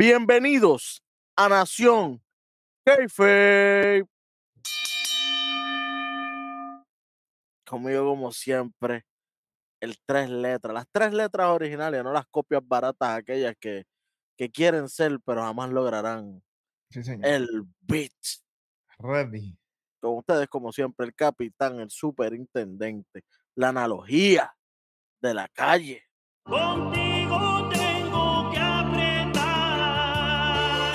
Bienvenidos a Nación Kayfabe. Conmigo, como siempre, las tres letras originales, no las copias baratas, aquellas que quieren ser, pero jamás lograrán. Sí, señor. El Beat. Ready. Con ustedes, como siempre, el capitán, el superintendente, la analogía de la calle. Contigo tengo que apretar.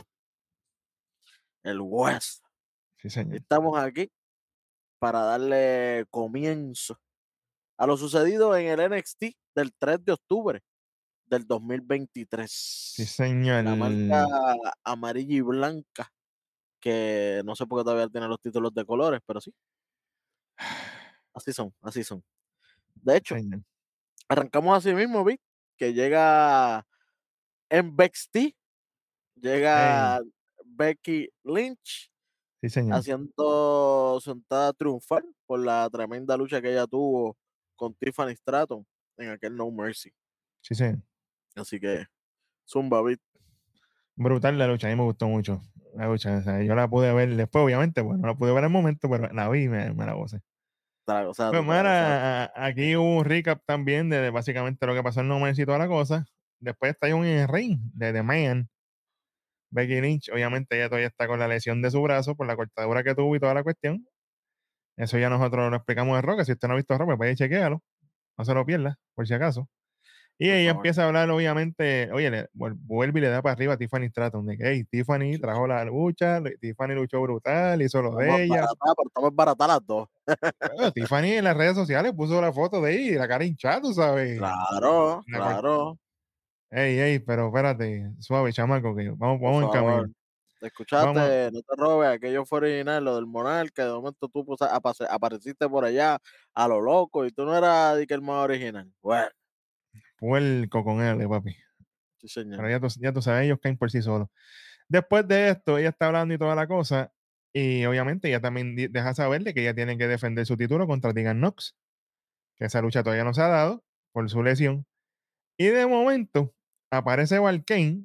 El West. Sí, señor. Estamos aquí para darle comienzo a lo sucedido en el NXT del 3 de octubre del 2023. Sí, señor. La marca amarilla y blanca, que no sé por qué todavía tiene los títulos de colores, pero sí, así son, así son. De hecho, Señor. arrancamos así mismo, vi que llega en NXT, Hey. llega Becky Lynch Sí, señor. haciendo su entrada triunfal por la tremenda lucha que ella tuvo con Tiffany Stratton en aquel No Mercy. Sí, señor. Así que, zumba, Vic. Brutal la lucha, a mí me gustó mucho. La lucha, o sea, yo la pude ver después, obviamente, bueno, no la pude ver en el momento, pero la vi y me la gocé. Pues, mira, aquí hubo un recap también de básicamente lo que pasó en No Mercy y toda la cosa. Después está un en el ring de The Man. Becky Lynch, obviamente, ella todavía está con la lesión de su brazo por la cortadura que tuvo y toda la cuestión. Eso ya nosotros lo explicamos de Rock. Si usted no ha visto Rock, pues vaya y chequéalo. No se lo pierda, por si acaso. Y Por ella favor. empieza a hablar, obviamente, oye, vuelve y le da para arriba a Tiffany Stratton, de que, hey, Tiffany trajo la lucha, Tiffany luchó brutal, hizo lo Estamos de ella. baratadas, pero estamos baratadas las dos. Bueno, Tiffany en las redes sociales puso la foto de ella y la cara hinchada, tú sabes. Claro, La cor- claro, Ey, pero espérate, suave, chamaco, que por vamos en favor. camino. Te Vamos, escuchaste, no te robes, aquello fue original, lo del Monarca, de momento tú apareciste por allá a lo loco y tú no eras de que el más original. Bueno, puerco con él, papi. sí, señor. Pero ya tú sabes, ellos caen por sí solos. Después de esto, ella está hablando y toda la cosa, y obviamente ella también deja saber de que ella tiene que defender su título contra Tegan Knox, que esa lucha todavía no se ha dado por su lesión. Y de momento aparece Valkane,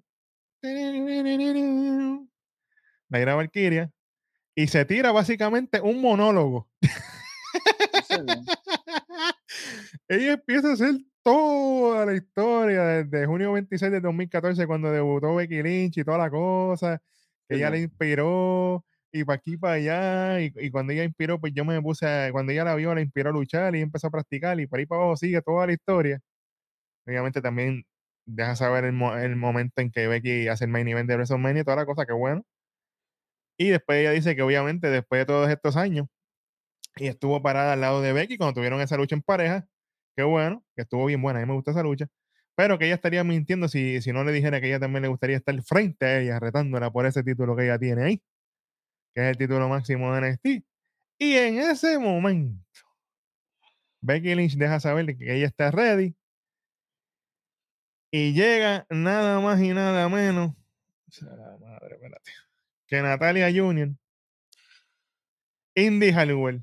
la ira Valkyria, y se tira básicamente un monólogo. Sí, señor. Ella empieza a hacer toda la historia desde junio 26 de 2014, cuando debutó Becky Lynch y toda la cosa, que ella le Señor. inspiró, y para aquí para allá, y cuando ella inspiró, pues yo me puse, cuando ella la vio, la inspiró a luchar y empezó a practicar, y por ahí para abajo sigue toda la historia. Obviamente también deja saber el momento en que Becky hace el main event de WrestleMania y toda la cosa, que bueno. Y después ella dice que obviamente después de todos estos años, y estuvo parada al lado de Becky cuando tuvieron esa lucha en pareja, que bueno, que estuvo bien buena, a mí me gusta esa lucha, pero que ella estaría mintiendo si no le dijera que ella también le gustaría estar frente a ella, retándola por ese título que ella tiene ahí, que es el título máximo de NXT. Y en ese momento, Becky Lynch deja saber que ella está ready. Y llega nada más y nada menos. O sea, la madre, espérate. Que Natalia Junior, Indy Halliwell.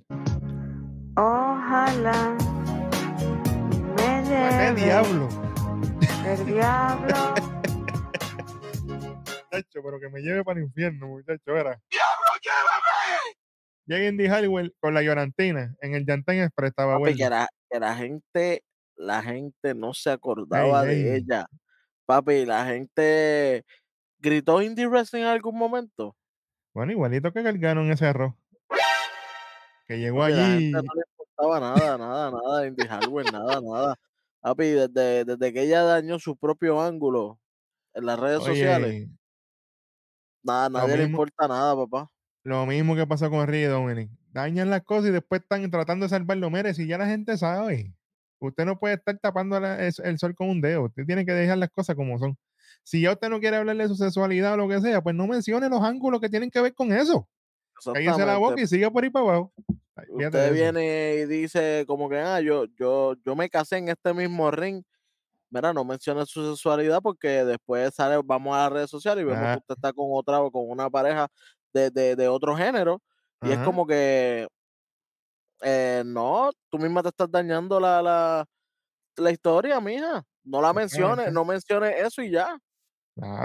Ojalá me ¿Qué lleve diablo? el diablo. Muchacho, pero que me lleve para el infierno, muchacho, era. ¡Diablo, llévame! Llega Indy Halliwell con la llorantina en el Yantan Express, estaba Papi, vuelta. que la gente no se Ey, acordaba de ey. ella. Papi, la gente gritó indie wrestling en algún momento. Bueno, igualito que Gargano en ese arroz. Que llegó Papi, la gente allí. no le importaba nada, nada, nada de Indie Hardware, nada, nada. Papi, desde que ella dañó su propio ángulo en las redes sociales, Oye, nada, lo nadie le mismo, importa nada, papá. lo mismo que pasó con Rey Dominic. Dañan las cosas y después están tratando de salvarlo. Mire, si ya la gente sabe. Usted no puede estar tapando el sol con un dedo. Usted tiene que dejar las cosas como son. Si ya usted no quiere hablarle de su sexualidad o lo que sea, pues no mencione los ángulos que tienen que ver con eso. Cállese la Exactamente. boca y siga por ahí para abajo. Ay, fíjate Usted de eso. viene y dice como que, yo me casé en este mismo ring. Mira, no mencione su sexualidad porque después sale, vamos a las redes sociales y vemos que Ah, usted está con otra o con una pareja de otro género. Y es ajá, como que, no, tú misma te estás dañando la historia, mija. No la menciones, exactamente. no menciones eso y ya. Claro.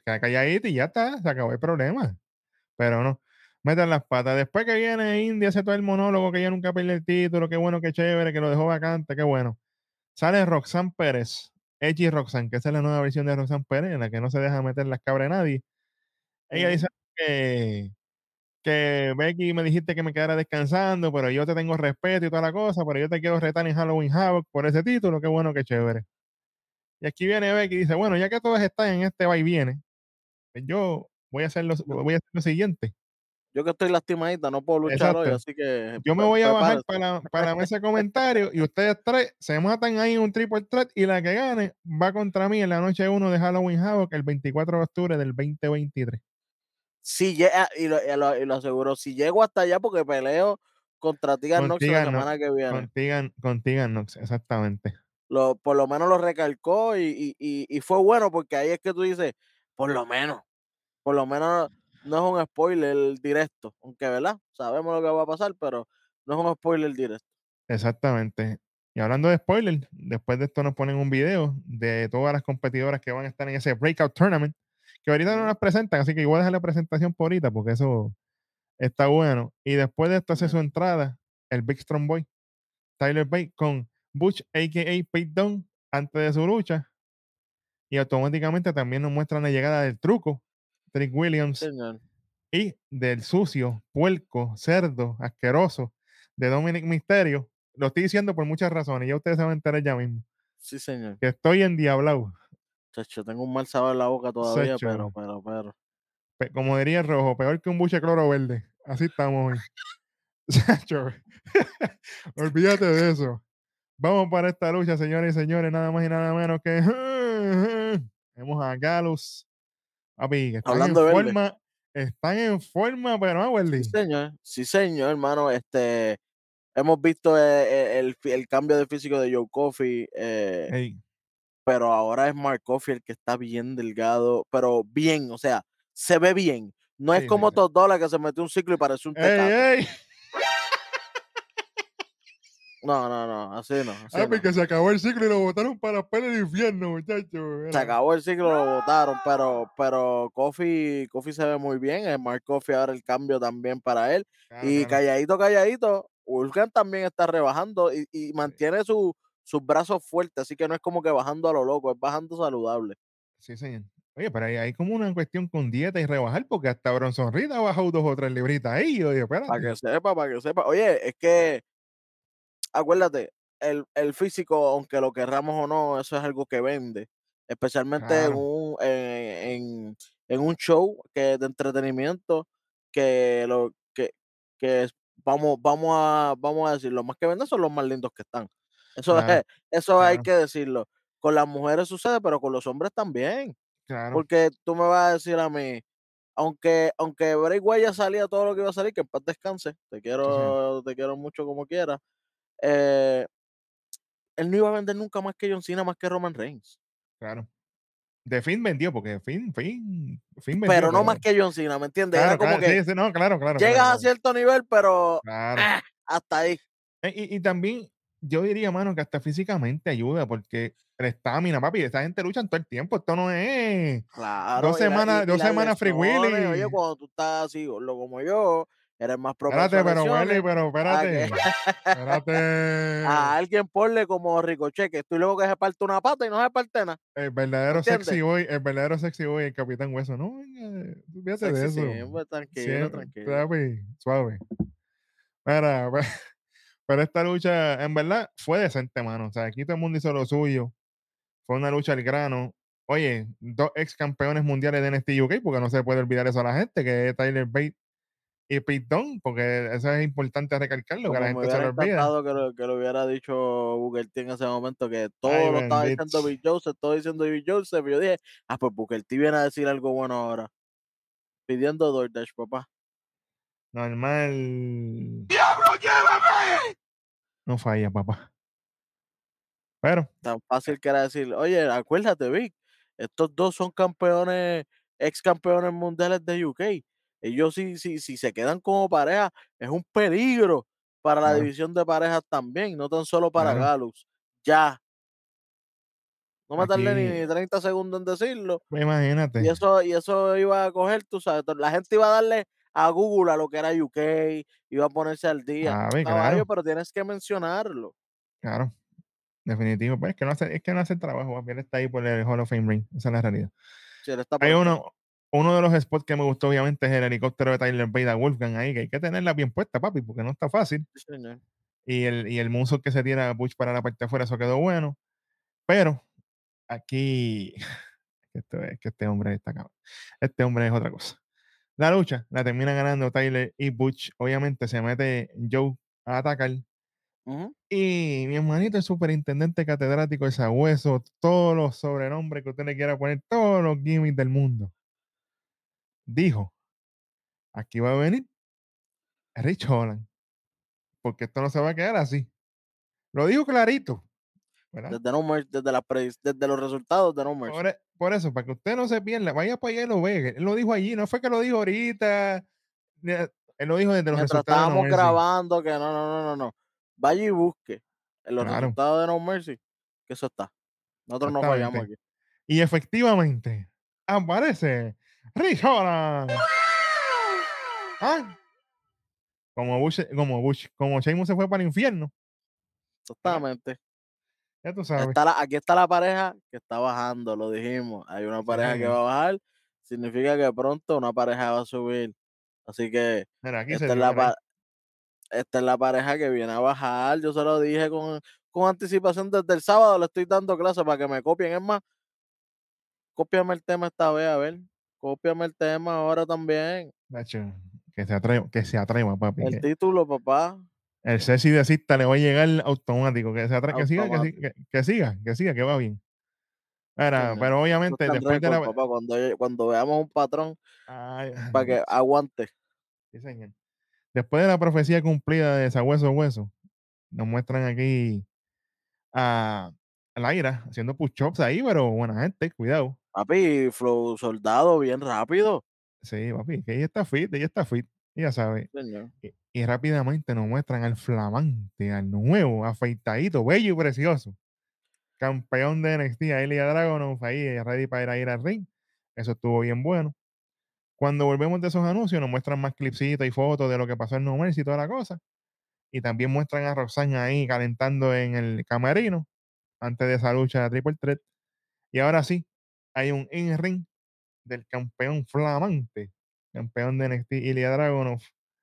queda calladito y ya está, se acabó el problema. Pero no, meten las patas. Después que viene India, hace todo el monólogo, que ella nunca pierde el título, qué bueno, qué chévere, que lo dejó vacante, qué bueno. Sale Roxanne Pérez, Edgy Roxanne, que esa es la nueva versión de Roxanne Pérez, en la que no se deja meter las cabras de nadie. Ella dice que, que Becky me dijiste que me quedara descansando, pero yo te tengo respeto y toda la cosa, pero yo te quiero retar en Halloween Havoc por ese título, qué bueno, qué chévere. Y aquí viene Becky y dice, bueno, ya que todos están en este va y viene, pues yo Yo, voy a hacer lo siguiente. yo que estoy lastimadita, no puedo luchar hoy, Exacto. así que Yo me voy a bajar prepárese. para la mesa de comentarios y ustedes tres se matan ahí en un triple threat y la que gane va contra mí en la noche 1 de Halloween Havoc el 24 de octubre del 2023. Si llega, y lo aseguro, si llego hasta allá porque peleo contra Tegan Nox la Contigo no, semana que viene. contigo no, exactamente. Por lo menos lo recalcó y fue bueno porque ahí es que tú dices, por lo menos no es un spoiler directo, aunque verdad, sabemos lo que va a pasar, pero no es un spoiler directo. Exactamente. Y hablando de spoilers, después de esto nos ponen un video de todas las competidoras que van a estar en ese Breakout Tournament, que ahorita no Ujú. las presentan, así que igual dejar la presentación por ahorita porque eso está bueno. Y después de esto hace su entrada el Big Strong Boy, Tyler Bate, con Butch, a.k.a. Pete Dunne, antes de su lucha. Y automáticamente también nos muestran la llegada del truco, Trick Sí, Williams, señor. y del sucio, puerco, cerdo, asqueroso de Dominic Mysterio. Lo estoy diciendo por muchas razones, ya ustedes se van a enterar ya mismo. Sí, señor. Que estoy endiablado. Chacho, tengo un mal sabor en la boca todavía, Sacho, pero. como diría el Rojo, peor que un buche de cloro verde. Así estamos hoy. Sacho, olvídate de eso. Vamos para esta lucha, señores y señores, nada más y nada menos que vemos a Galus, papi, que Hablando de verde. están en forma, pero no, Sí, Welly. señor. Sí, señor, hermano. Hemos visto el cambio de físico de Joe Coffey, Ey, pero ahora es Mark Coffey el que está bien delgado, pero bien, o sea, se ve bien. No es sí, sí, como sí. Todd Dollar que se metió un ciclo y parece un Ey, tecato. ey. No, no, no, así no, así Ah, no. porque se acabó el ciclo y lo botaron para pelo del infierno, muchachos. Se acabó el ciclo, lo votaron, pero Coffey se ve muy bien. Mark Coffey ahora el cambio también para él. Claro, Y claro. calladito, Vulcan también está rebajando y mantiene sus brazos fuertes, así que no es como que bajando a lo loco, es bajando saludable. Sí, señor. Oye, pero hay como una cuestión con dieta y rebajar, porque hasta Bronson Reed ha bajado 2 o 3 libritas ahí. Yo digo, Para que espérate. sepa, para que sepa. Oye, es que acuérdate, el físico, aunque lo querramos o no, eso es algo que vende, especialmente Claro, en un show de entretenimiento que lo que vamos a decir, los más que venden son los más lindos que están. Eso es, claro, eso hay claro, que decirlo. Con las mujeres sucede, pero con los hombres también. claro. Porque tú me vas a decir a mí, aunque Bray Wyatt salía todo lo que iba a salir, que en paz descanse, Sí, señor. te quiero mucho como quiera. eh, Él no iba a vender nunca más que John Cena, más que Roman Reigns. Claro. De Finn vendió, porque Finn vendió, Pero no más pero. que John Cena, ¿me entiendes? Era Claro, como claro, que sí, sí, no, claro, claro, claro, llegas a claro. cierto nivel, pero Claro. hasta ahí. Y también, yo diría, mano, que hasta físicamente ayuda, porque la estamina, papi, esta gente lucha todo el tiempo. Esto no es Claro, y dos las semanas Free lesiones, oye, Willy. cuando tú estás así, gordo como yo, eres más propenso Espérate, a pero Welly, lesiones, pero a que espérate. a Espérate. alguien ponle como Ricochet, que estoy luego que se parte una pata y no se parte nada, ¿me entiendes? El verdadero sexy boy, el Capitán Hueso. No, venga, tú fíjate de Sexy eso. siempre, tranquilo, Siempre, tranquilo. papi, suave. Mira, pero esta lucha, en verdad, fue decente, mano. O sea, aquí todo el mundo hizo lo suyo. Fue una lucha al grano. Oye, dos ex campeones mundiales de NXT UK, porque no se puede olvidar eso a la gente, que es Tyler Bate y Pete Dunne, porque eso es importante recalcarlo, que a la Como me gente se hubiera lo olvida. encantado que lo hubiera dicho Booker T en ese momento, que Ay, todo lo estaba bendito. diciendo Big Joseph, todo diciendo Big Joseph, y yo dije, pues Booker T viene a decir algo bueno ahora, pidiendo DoorDash, papá. Normal. No falla, papá. Pero, Tan fácil que era decir, oye, acuérdate, Vic, estos dos son campeones, ex campeones mundiales de UK. Ellos si se quedan como pareja, es un peligro para la claro, división de parejas también, no tan solo para claro. Gallows. Ya, No me tardé Aquí, ni 30 segundos en decirlo. pues, imagínate. Y eso iba a coger, tú sabes, la gente iba a darle a Google a lo que era UK, iba a ponerse al día. Claro, Caballo, pero tienes que mencionarlo. claro, definitivo. Pues es que no hace el trabajo, papi, él está ahí por el Hall of Fame ring, esa es la realidad. Si él está Hay puesto. uno de los spots que me gustó, obviamente, es el helicóptero de Tyler Bate a Wolfgang ahí, que hay que tenerla bien puesta, papi, porque no está fácil. Sí, señor. Y el moonsault que se tira a Butch para la parte de afuera, eso quedó bueno. Pero aquí, que este hombre está cabrón. Este hombre es otra cosa. La lucha la termina ganando Tyler y Butch. Obviamente se mete Joe a atacar. Ujú. Y mi hermanito, el superintendente catedrático de Sabueso, todos los sobrenombres que usted le quiera poner, todos los gimmicks del mundo, dijo: aquí va a venir Rich Holland, porque esto no se va a quedar así. Lo dijo clarito, ¿verdad? Desde, no Mercy, desde los resultados de No Mercy. Por eso, para que usted no se pierda, vaya para allá y lo ve. Él lo dijo allí, no fue que lo dijo ahorita. Él lo dijo desde los Mientras resultados de No estábamos Mercy. grabando, que no. Vaya y busque en los Claro, resultados de No Mercy, que eso está. Nosotros no fallamos exactamente. aquí. Y efectivamente, aparece Rich Holland. ¿Ah? Como Sheamus se fue para el infierno, ¿verdad? Exactamente. Ya tú sabes. Aquí está la pareja que está bajando, lo dijimos. Hay una Sí, pareja que señor. va a bajar, significa que pronto una pareja va a subir. Así que Mira, aquí se esta es dio, la, mira ahí. esta es la pareja que viene a bajar. Yo se lo dije con anticipación desde el sábado, le estoy dando clase para que me copien. Es más, cópiame el tema esta vez, a ver. Cópiame el tema ahora también. Nacho, que se atreva, papi. El título, papá, El sexy de cita le va a llegar automático. Que siga, automático. que siga, que va bien. Mira, Señor. pero Eso obviamente está en después de récord, la. papá. Cuando veamos un patrón, Ay, para que aguante. sí, señor. Después de la profecía cumplida de Sabueso Hueso, nos muestran aquí a Laira haciendo push-ups ahí, pero buena gente, cuidado. Papi, Flow Soldado, bien rápido. Sí, papi, que ella está fit, ya sabe. Señor. Y rápidamente nos muestran al flamante, al nuevo, afeitadito, bello y precioso, campeón de NXT, a Ilya Dragunov, ahí ready para ir al ring. Eso estuvo bien bueno. Cuando volvemos de esos anuncios, nos muestran más clipsitos y fotos de lo que pasó en No Mercy y toda la cosa. Y también muestran a Roxanne ahí calentando en el camerino antes de esa lucha de Triple Threat. Y ahora sí, hay un in-ring del campeón flamante, campeón de NXT, Ilya Dragunov,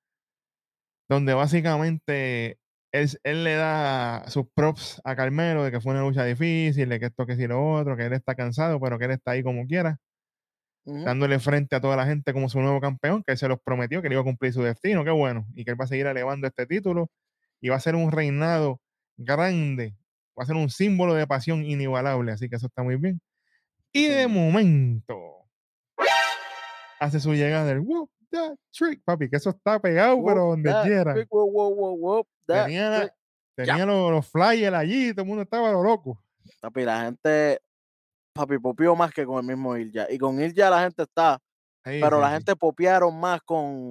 donde básicamente él le da sus props a Carmelo de que fue una lucha difícil, de que esto, que si lo otro, que él está cansado, pero que él está ahí como quiera, Ujú. dándole frente a toda la gente como su nuevo campeón, que él se los prometió, que él iba a cumplir su destino, qué bueno, y que él va a seguir elevando este título y va a ser un reinado grande, va a ser un símbolo de pasión inigualable, así que eso está muy bien. Sí, Y de señor. momento hace su llegada del Whoop That Trick, papi, que eso está pegado, Whoop pero donde that quiera. trick, whoop that Tenía, trick. Ya. tenía los flyers allí, todo el mundo estaba lo loco. Papi, la gente, papi, popió más que con el mismo Ilja. Y con Ilja la gente está, Sí, pero sí, la sí. gente popearon más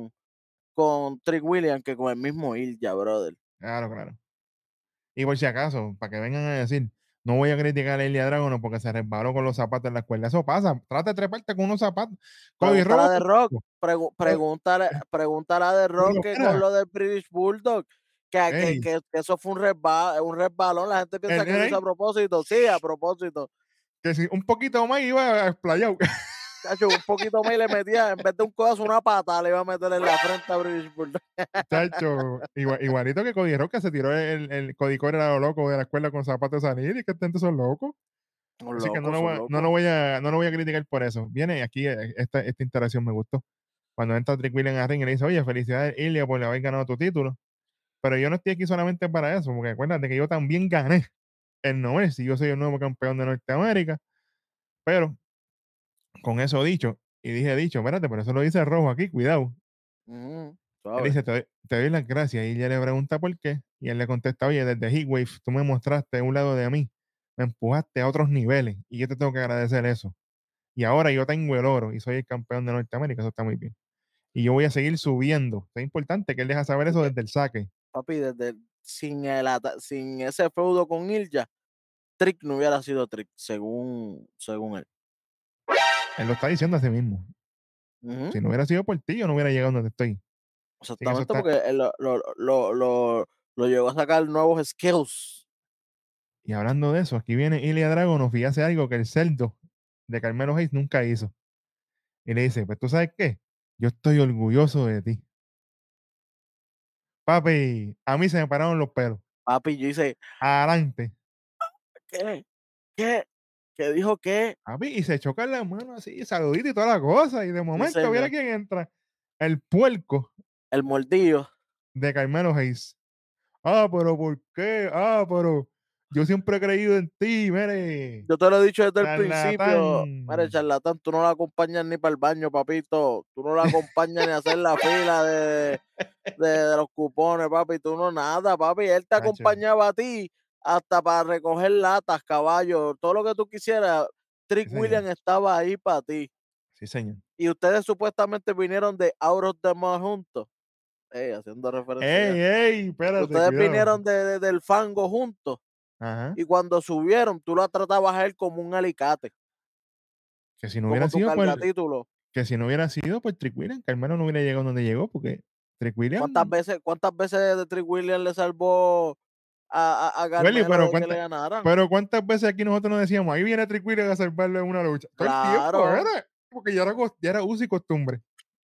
con Trick Williams que con el mismo Ilja, brother. Claro, claro. Y por si acaso, para que vengan a decir, no voy a criticar a Elia Dragono porque se resbaló con los zapatos en la escuela. Eso pasa. Trata de treparte con unos zapatos. Cody Pregúntale a Rhodes. The Rock, Cody- pregúntale a The Rock Pero que con mira, lo del British Bulldog, ey, que eso fue un resbalón. La gente piensa que lo hizo a ey, propósito. Sí, a propósito. que si un poquito más iba a explayar. Chacho, un poquito más y le metía, en vez de un codazo, una pata, le iba a meter en la frente a British Bulldog. Chacho, igualito que Cody Rhodes, que se tiró el Cody Core era lo loco de la escuela con zapatos de salir y que tantos son locos. Son Así que locos, son locos. no lo voy a criticar por eso. Viene aquí, esta interacción me gustó. Cuando entra Trick Williams a ring y le dice, oye, felicidades, Ilya, por haber ganado tu título. Pero yo no estoy aquí solamente para eso, porque acuérdate que yo también gané el No Mercy. Yo soy el nuevo campeón de Norteamérica. Pero con eso dicho, y dije dicho, espérate, pero eso lo dice rojo aquí, cuidado. Ujú, Él suave. dice, te doy las gracias. Y ella le pregunta por qué. Y él le contesta, oye, desde Heatwave tú me mostraste un lado de mí. Me empujaste a otros niveles. Y yo te tengo que agradecer eso. Y ahora yo tengo el oro y soy el campeón de Norteamérica. Eso está muy bien. Y yo voy a seguir subiendo. Es importante que él deja saber eso Porque, desde el saque. papi, sin ese feudo con Ilja, Trick no hubiera sido Trick, según él. Él lo está diciendo a sí mismo. Ujú. Si no hubiera sido por ti, yo no hubiera llegado donde estoy. Así que eso Exactamente, está. porque él lo llegó a sacar nuevos skills. Y hablando de eso, aquí viene Ilya Dragunov y hace algo que el cerdo de Carmelo Hayes nunca hizo. Y le dice, pues tú sabes qué, yo estoy orgulloso de ti. Papi, a mí se me pararon los pelos. Papi, yo hice, Adelante. ¿qué? ¿Qué? ¿Qué dijo qué? Papi, y se chocan las manos así, saludito y toda la cosa. Y de Sí, momento, mira señor. quién entra. El puerco El mordillo. de Carmelo Hayes. Ah, pero ¿por qué? Ah, pero yo siempre he creído en ti, mire. Yo te lo he dicho desde el principio. Mire, Charlatán. charlatán, tú no la acompañas ni para el baño, papito. Tú no la acompañas ni a hacer la fila de los cupones, papi. Tú no nada, papi. Él te Tacho, acompañaba a ti hasta para recoger latas, caballos, todo lo que tú quisieras. Trick sí, señor. Williams estaba ahí para ti. Sí, señor. Y ustedes supuestamente vinieron de Out of the Mud juntos. Haciendo referencia Ey, ya. ey, espérate, Ustedes cuidado. vinieron del fango juntos. Ajá. Y cuando subieron, tú la tratabas a él como un alicate, Que si no como hubiera tu sido por, cargatítulo. que si no hubiera sido por Trick William, Carmelo no hubiera llegado donde llegó, porque Trick William, Cuántas veces de Trick Williams le salvó a Welly, Carmelo de que le ganaran? pero cuántas veces aquí nosotros nos decíamos, ahí viene Trick William a salvarle en una lucha. Todo el tiempo, Claro. ¿verdad? Porque ya era uso y costumbre.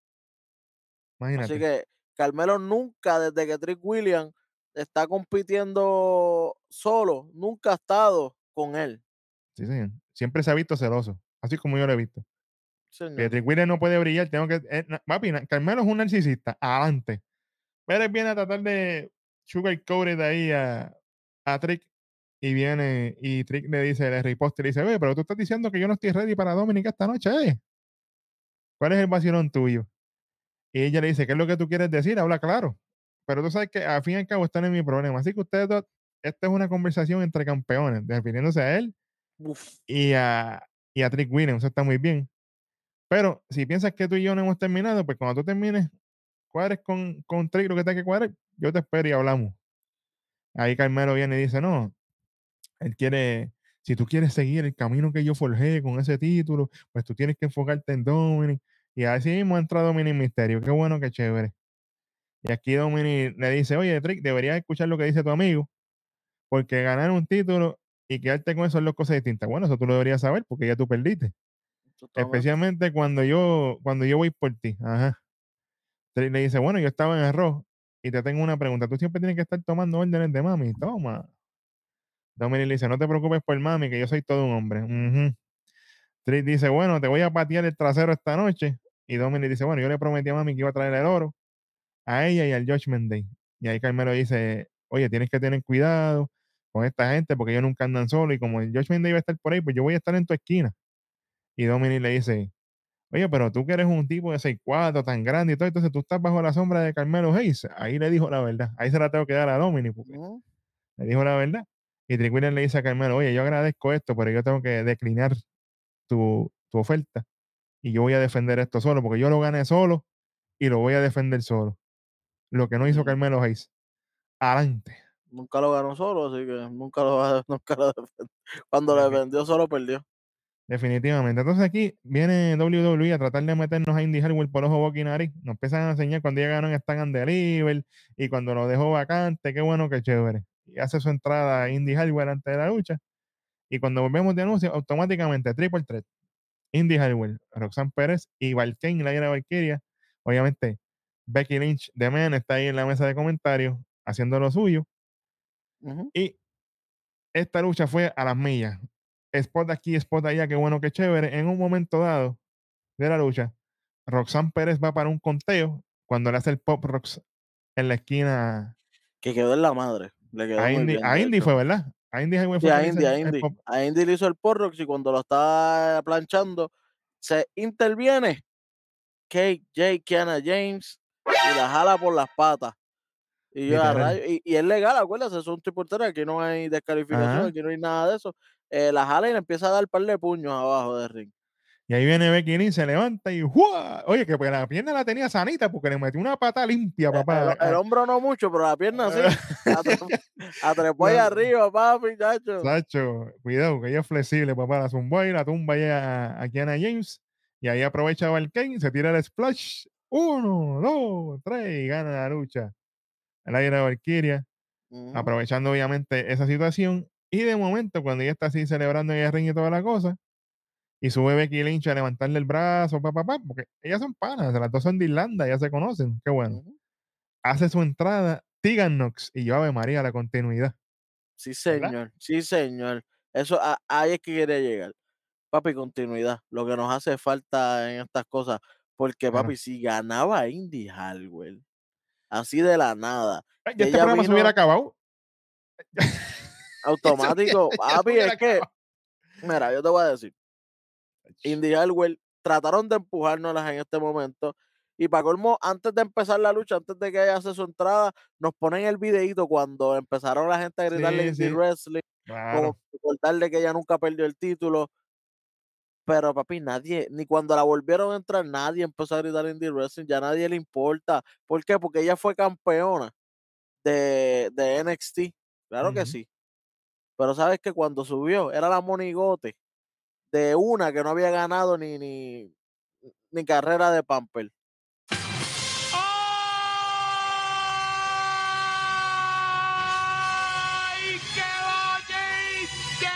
Así Imagínate. que Carmelo nunca, desde que Trick Williams está compitiendo solo, nunca ha estado con él. Sí, señor. Siempre se ha visto celoso, así como yo lo he visto. Que Señor. Trick William no puede brillar, tengo que. Papi, Carmelo es un narcisista, adelante. Pérez viene a tratar de sugarcoat de ahí a Trick y viene y Trick le dice, le riposte y le dice, ve, pero tú estás diciendo que yo no estoy ready para Dominic esta noche, ¿eh? ¿Cuál es el vacilón tuyo? Y ella le dice, ¿qué es lo que tú quieres decir? Habla claro. Pero tú sabes que al fin y al cabo están en mi problema. Así que ustedes dos, esta es una conversación entre campeones, refiriéndose a él Uf. y a Trick Williams, eso está muy bien. Pero si piensas que tú y yo no hemos terminado, pues cuando tú termines, cuadres con Trick lo que tenga que cuadrar, yo te espero y hablamos. Ahí Carmelo viene y dice, no, él quiere, si tú quieres seguir el camino que yo forjé con ese título, pues tú tienes que enfocarte en Dominic. Y así mismo entra Dominic Misterio. Qué bueno, qué chévere. Y aquí Dominic le dice, oye, Trick, deberías escuchar lo que dice tu amigo, porque ganar un título y quedarte con eso son dos cosas distintas. Bueno, eso tú lo deberías saber porque ya tú perdiste. Totalmente. Especialmente cuando yo voy por ti. Ajá. Trick le dice, bueno, yo estaba en arroz y te tengo una pregunta. Tú siempre tienes que estar tomando órdenes de mami. Toma. Dominic le dice, no te preocupes por mami, que yo soy todo un hombre. Ujú. Trick dice, bueno, te voy a patear el trasero esta noche. Y Dominic dice, bueno, yo le prometí a mami que iba a traer el oro a ella y al Judgment Day. Y ahí Carmelo dice, oye, tienes que tener cuidado con esta gente porque ellos nunca andan solos y como el Judgment Day va a estar por ahí, pues yo voy a estar en tu esquina. Y Dominic le dice, oye, pero tú que eres un tipo de 6'4", tan grande y todo, entonces tú estás bajo la sombra de Carmelo Hayes. Ahí le dijo la verdad. Ahí se la tengo que dar a Dominic porque Ujú. le dijo la verdad. Y Trick Williams le dice a Carmelo, oye, yo agradezco esto, pero yo tengo que declinar tu oferta y yo voy a defender esto solo porque yo lo gané solo y lo voy a defender solo. Lo que no hizo Mm. Carmelo Hayes. Adelante. Nunca lo ganó solo, así que nunca lo va a nunca lo defendió. Cuando lo Defi- defendió solo perdió. definitivamente. Entonces aquí viene WWE a tratar de meternos a Indy Hartwell por ojo, boca y nariz. Nos empiezan a enseñar cuando llegaron están and Deliver y cuando lo dejó vacante, qué bueno, qué chévere. Y hace su entrada a Indy Hartwell antes de la lucha. Y cuando volvemos de anuncio, automáticamente Triple Threat, Indy Hartwell, Roxanne Pérez y Valkyrie, la era Valkyria. Obviamente, Becky Lynch de Men está ahí en la mesa de comentarios haciendo lo suyo. Ujú. Y esta lucha fue a las millas. Spot aquí, spot allá, qué bueno, qué chévere. En un momento dado de la lucha, Roxanne Pérez va para un conteo cuando le hace el pop rocks en la esquina Que quedó en la madre. Le quedó a muy Indy. bien, A de Indy hecho. fue, ¿verdad? A Indy Highway Sí, fue que a le hizo Indy, a el Indy. pop. A Indy le hizo el porrox y cuando lo estaba planchando, se interviene KJ Kiana James y la jala por las patas. Y yo a Literal. rayo, y es legal, acuérdate, es un tipo portero, aquí no hay descalificación, Ajá. aquí no hay nada de eso. La jala y le empieza a dar par de puños abajo del ring. Y ahí viene Becky Lynch, se levanta y ¡juá! Oye, que pues la pierna la tenía sanita porque le metió una pata limpia, papá. El hombro no mucho, pero la pierna sí. Atrepó ahí La- arriba, papi, chacho. Sacho, cuidado, que ella es flexible, papá. La zumba y la tumba ahí a Kiana James. Y ahí aprovecha Valkane, se tira el splash. 1, 2, 3 y gana la lucha. El aire de Valkyria, Ujú, aprovechando obviamente esa situación. Y de momento, cuando ella está así celebrando en el ring y toda la cosa, y sube Becky Lynch a levantarle el brazo, papá, porque ellas son panas, las dos son de Irlanda, ya se conocen, qué bueno. ujú. Hace su entrada, Tegan Nox, y yo, Ave María, la continuidad, Sí, ¿verdad? señor. Sí, señor. Eso, ahí es que quería llegar. Papi, continuidad. Lo que nos hace falta en estas cosas. Porque, Claro. papi, si ganaba Indy Hartwell, así de la nada, Ay, ya que este ella programa se hubiera vino acabado. automático, Ya se papi, hubiera es que, acabado. mira, yo te voy a decir, Indy Hartwell trataron de empujárnoslas en este momento. Y para colmo, antes de empezar la lucha, antes de que ella hace su entrada, nos ponen el videito cuando empezaron la gente a gritarle Sí, Indie sí, Wrestling, como claro. recordarle que ella nunca perdió el título. Pero papi, nadie, ni cuando la volvieron a entrar, nadie empezó a gritar Indie Wrestling, ya nadie le importa. ¿Por qué? Porque ella fue campeona de NXT. Claro que Ujú. sí. Pero sabes que cuando subió, era la monigote de una que no había ganado ni carrera de Pamper. ¡Ay, qué bonito!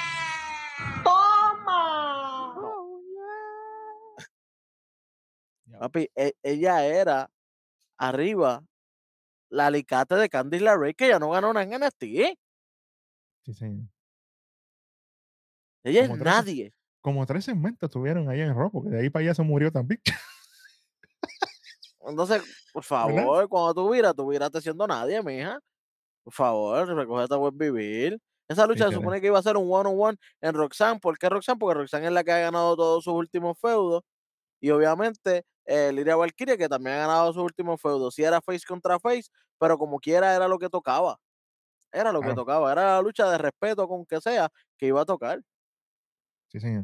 Ya, Papi, ella era arriba la alicate de Candice LeRae, que ya no ganó nada en NXT. sí, sí. Ella es Como tres, nadie. como 3 segmentos tuvieron ahí en Raw, porque de ahí para allá se murió también, Entonces, por ¿verdad? favor, cuando tú viraste siendo nadie, mija. Por favor, recógete a buen vivir. Esa lucha se Literal. supone que iba a ser un one-on-one en Roxanne. ¿Por qué Roxanne? Porque Roxanne es la que ha ganado todos sus últimos feudos. Y obviamente, Lyria Valkyria, que también ha ganado sus últimos feudos. Sí era face contra face, pero como quiera era lo que tocaba. Era lo que Claro, tocaba. Era la lucha de respeto con que sea que iba a tocar. sí, señor.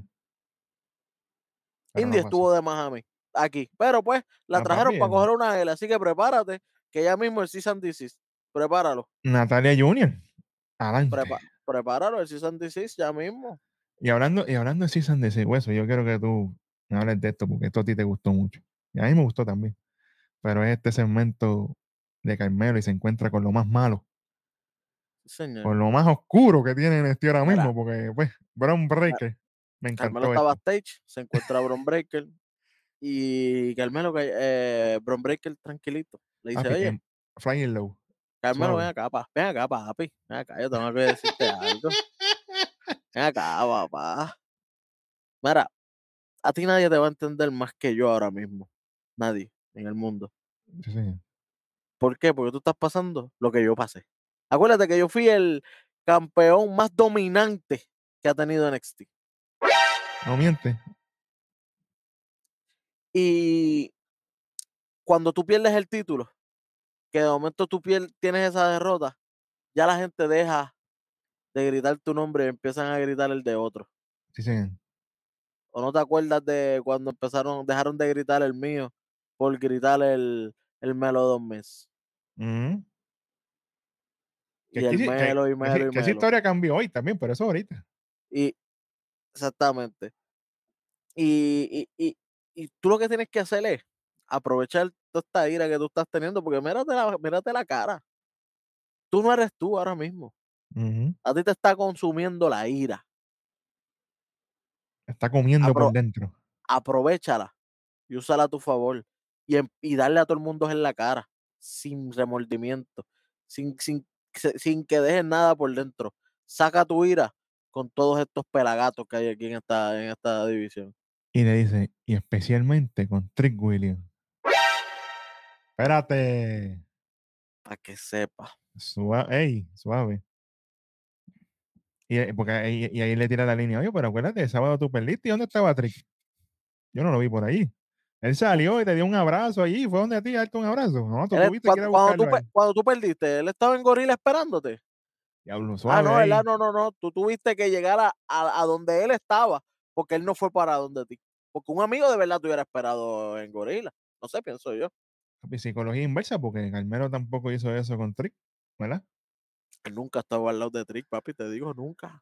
Pero Indy no pasó. estuvo de más a mí. Aquí. Pero pues, la Ah, trajeron papi, para coger una L. Así que prepárate, que ya mismo el Season 16. Prepáralo. Natalia Junior, adelante. Prepáralo, el Season 16 ya mismo. Y hablando de Season de ese hueso, yo quiero que tú me hables de esto, porque esto a ti te gustó mucho. Y a mí me gustó también. Pero es este segmento de Carmelo y se encuentra con lo más malo, Sí, señor. con lo más oscuro que tiene en este ahora Mira, mismo, porque, pues, Brown Breaker, me Carmelo encantó está esto. backstage, se encuentra Bron Breaker y Carmelo, Bron Breaker tranquilito, le dice, Papi, oye, Flying Low, Carmelo, suave. ven acá, papi, ven acá, yo tengo que decirte algo, ven acá, papá. Mira, a ti nadie te va a entender más que yo ahora mismo, nadie en el mundo. Sí, sí. ¿Por qué? Porque tú estás pasando lo que yo pasé. Acuérdate que yo fui el campeón más dominante que ha tenido NXT. No miente. Y cuando tú pierdes el título, que de momento tienes esa derrota, ya la gente deja de gritar tu nombre y empiezan a gritar el de otro. Sí, sí. ¿O no te acuerdas de cuando dejaron de gritar el mío por gritar el Melo 2 meses? Ujú. Que, Y aquí el sí- que, Melo y que, sí- Melo y que esa Melo. historia cambió hoy también, pero eso ahorita. Y exactamente. Y tú lo que tienes que hacer es aprovechar toda esta ira que tú estás teniendo, porque mírate la cara. Tú no eres tú ahora mismo. Ujú. A ti te está consumiendo la ira. Está comiendo por Apro- dentro. Aprovéchala y úsala a tu favor y darle a todo el mundo en la cara, sin remordimiento, sin que dejes nada por dentro. Saca tu ira con todos estos pelagatos que hay aquí en esta división, Y le dice, y especialmente con Trick Williams. Espérate. para que sepa. Suave, ey, suave. Y ahí le tira la línea, oye, pero acuérdate, el sábado tú perdiste, ¿y dónde estaba Trick? Yo no lo vi por ahí. Él salió y te dio un abrazo allí, fue donde a ti, darte un abrazo. No, tú tuviste que ir a buscarlo a él. Cuando tú perdiste, él estaba en Gorila esperándote. Diablo, Ah, suave no, ¿verdad? ahí. No. Tú tuviste que llegar a donde él estaba, porque él no fue para donde ti. porque un amigo de verdad te hubiera esperado en Gorila. No sé, pienso yo. Papi, psicología inversa, porque Carmelo tampoco hizo eso con Trick, ¿verdad? Él nunca ha estado al lado de Trick, papi, te digo, nunca.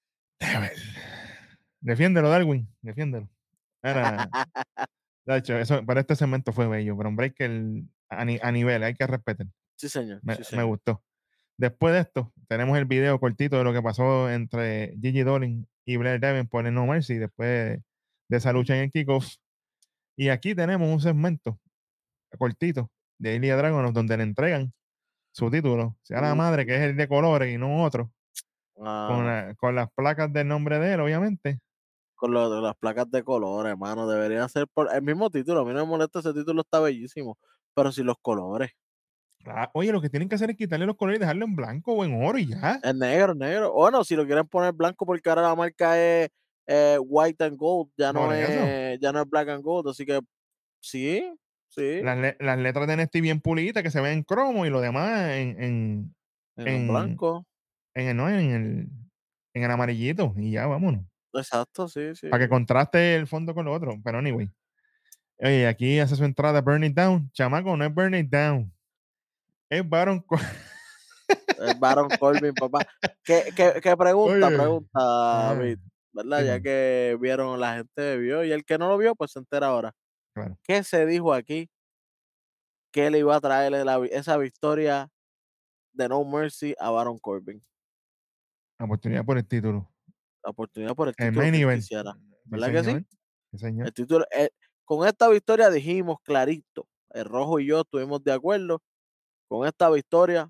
Defiéndelo, Darwin, defiéndelo. Era, de hecho, eso, para este segmento fue bello, pero un breaker a nivel, hay que respetar. Sí, señor, Me, sí, me señor. gustó. Después de esto, tenemos el video cortito de lo que pasó entre Gigi Dolin y Blair Davenport en No Mercy después de esa lucha en el kickoff. Y aquí tenemos un segmento cortito de Ilya Dragunov donde le entregan su título, sea la Uh, madre, que es el de colores y no otro, ah, con las placas del nombre de él, obviamente. con las placas de color, hermano, debería ser por el mismo título. A mí no me molesta, ese título está bellísimo, pero si los colores. Oye, lo que tienen que hacer es quitarle los colores y dejarlo en blanco o en oro y ya. Es negro, negro. O no, si lo quieren poner blanco porque ahora la marca es white and gold, Por eso. ya no es black and gold, así que sí, sí, Las letras de NXT bien puliditas que se ven en cromo y lo demás en en, blanco. en el, no, en el amarillito y ya, vámonos. Exacto, sí, sí. Para que contraste el fondo con lo otro. Pero anyway. Oye, aquí hace su entrada Burn It Down. Chamaco, no es Burn It Down. Es Baron Baron Corbin, papá. ¿Qué pregunta, Oye. pregunta, Ajá. David? ¿Verdad? Ya Dímelo. que vieron, la gente vio, y el que no lo vio, pues se entera ahora. Claro. ¿Qué se dijo aquí que le iba a traer esa victoria de No Mercy a Baron Corbin? Oportunidad por el título. La oportunidad por el El título main que él event. quisiera. Sí, ¿Verdad que sí? señor. Sí, señor. El título, con esta victoria dijimos clarito, el Rojo y yo estuvimos de acuerdo, con esta victoria,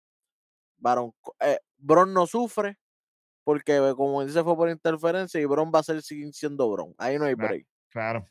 Bron no sufre, porque como dice fue por interferencia y Bron va a seguir siendo Bron, ahí no hay break. Claro.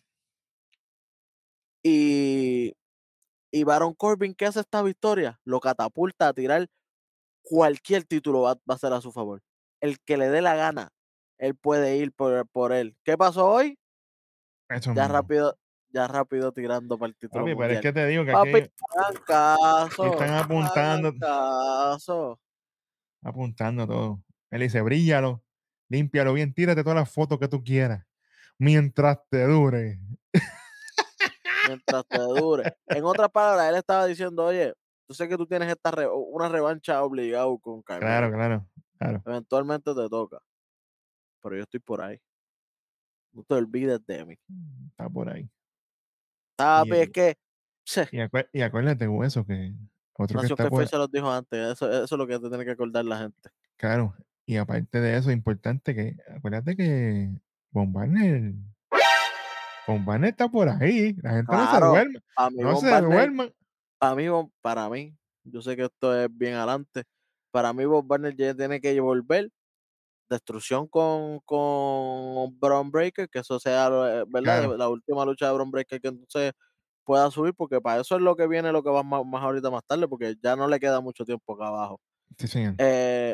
Y, y Baron Corbin, ¿qué hace esta victoria? Lo catapulta a tirar cualquier título, va a ser a su favor. El que le dé la gana, él puede ir por él. ¿Qué pasó hoy? Eso Ya mismo. rápido, ya rápido tirando para el título Papi, pero es mundial. que te digo que Papi, aquí hagan están apuntando, caso. apuntando todo. Él dice, bríllalo, límpialo bien, tírate todas las fotos que tú quieras. Mientras te dure. Mientras te dure. En otras palabras, él estaba diciendo, oye, yo sé que tú tienes una revancha obligado con Claro, Carmelo. claro, claro. Eventualmente te toca, pero yo estoy por ahí. No te olvides de mí. Está por ahí. ¿Sabes? Es Y, que, y acuérdate, hueso, que otro que Nación está que por, se los dijo antes. Eso es lo que te tiene que acordar la gente. claro, y aparte de eso, importante que, acuérdate que Von Barney está por ahí. La gente no se Claro, duerme. para mí, No Von se Barney, duerman. para mí, yo sé que esto es bien adelante. Para mí, Von Barney ya tiene que volver. Destrucción con Bron Breaker, que eso sea, ¿verdad? Claro, La última lucha de Bron Breaker que entonces pueda subir, porque para eso es lo que viene, lo que va más ahorita más tarde, porque ya no le queda mucho tiempo acá abajo. sí, señor. Eh,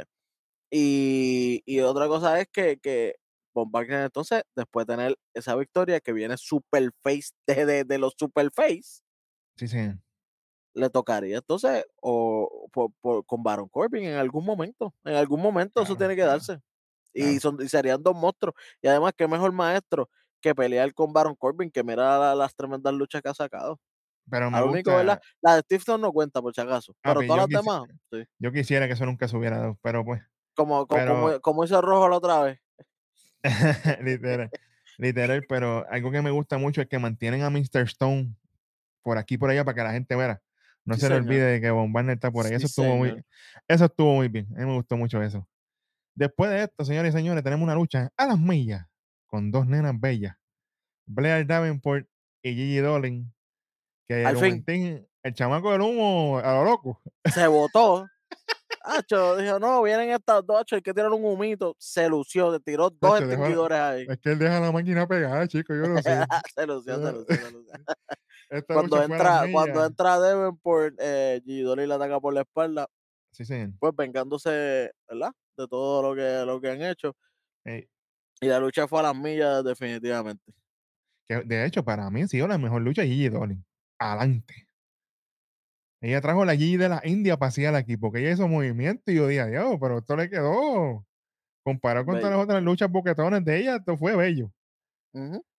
y otra cosa es que Von Wagner entonces, después de tener esa victoria que viene super face de los super face, Sí, señor. le tocaría entonces o con Baron Corbin en algún momento eso Claro, tiene que claro, darse. claro. Y serían dos monstruos. Y además, qué mejor maestro que pelear con Baron Corbin, que mira las tremendas luchas que ha sacado. Pero me Al único, ¿verdad? gusta, La de Steve no cuenta por si acaso, pero papi, todas las demás, sí. yo quisiera que eso nunca se hubiera dado, pero pues, Como, co- pero como, como hizo Rojo la otra vez. literal, literal, pero algo que me gusta mucho es que mantienen a Mr. Stone por aquí y por allá para que la gente vea. No Sí, se le olvide señor. de que Von Barney está por ahí. Sí, señor. Eso estuvo muy bien. A mí me gustó mucho eso. Después de esto, señores y señores, tenemos una lucha a las millas con dos nenas bellas. Blair Davenport y Gigi Dolin, que Al fin, comenté el chamaco del humo a lo loco. se votó. Acho, dijo, no, vienen estas dos, acho, hay que tirar un humito. Se lució, se tiró dos Tacho, extinguidores ahí. es que él deja la máquina pegada, chico, yo lo sé. Se lució, se lució, se lució. Esta lucha fue a las Cuando millas. entra Davenport, Gidoli le ataca por la espalda, Sí, señor. pues vengándose, ¿verdad? De todo lo que han hecho. Ey, Y la lucha fue a las millas, definitivamente. que de hecho, para mí ha sido la mejor lucha de Gigi Dolin. Adelante. Ella trajo la Gigi de la India para hacia aquí, porque ella hizo movimiento y yo dije, Dios, pero esto le quedó. Comparado con todas Bello. las otras luchas boquetones de ella, esto fue bello. Ujú.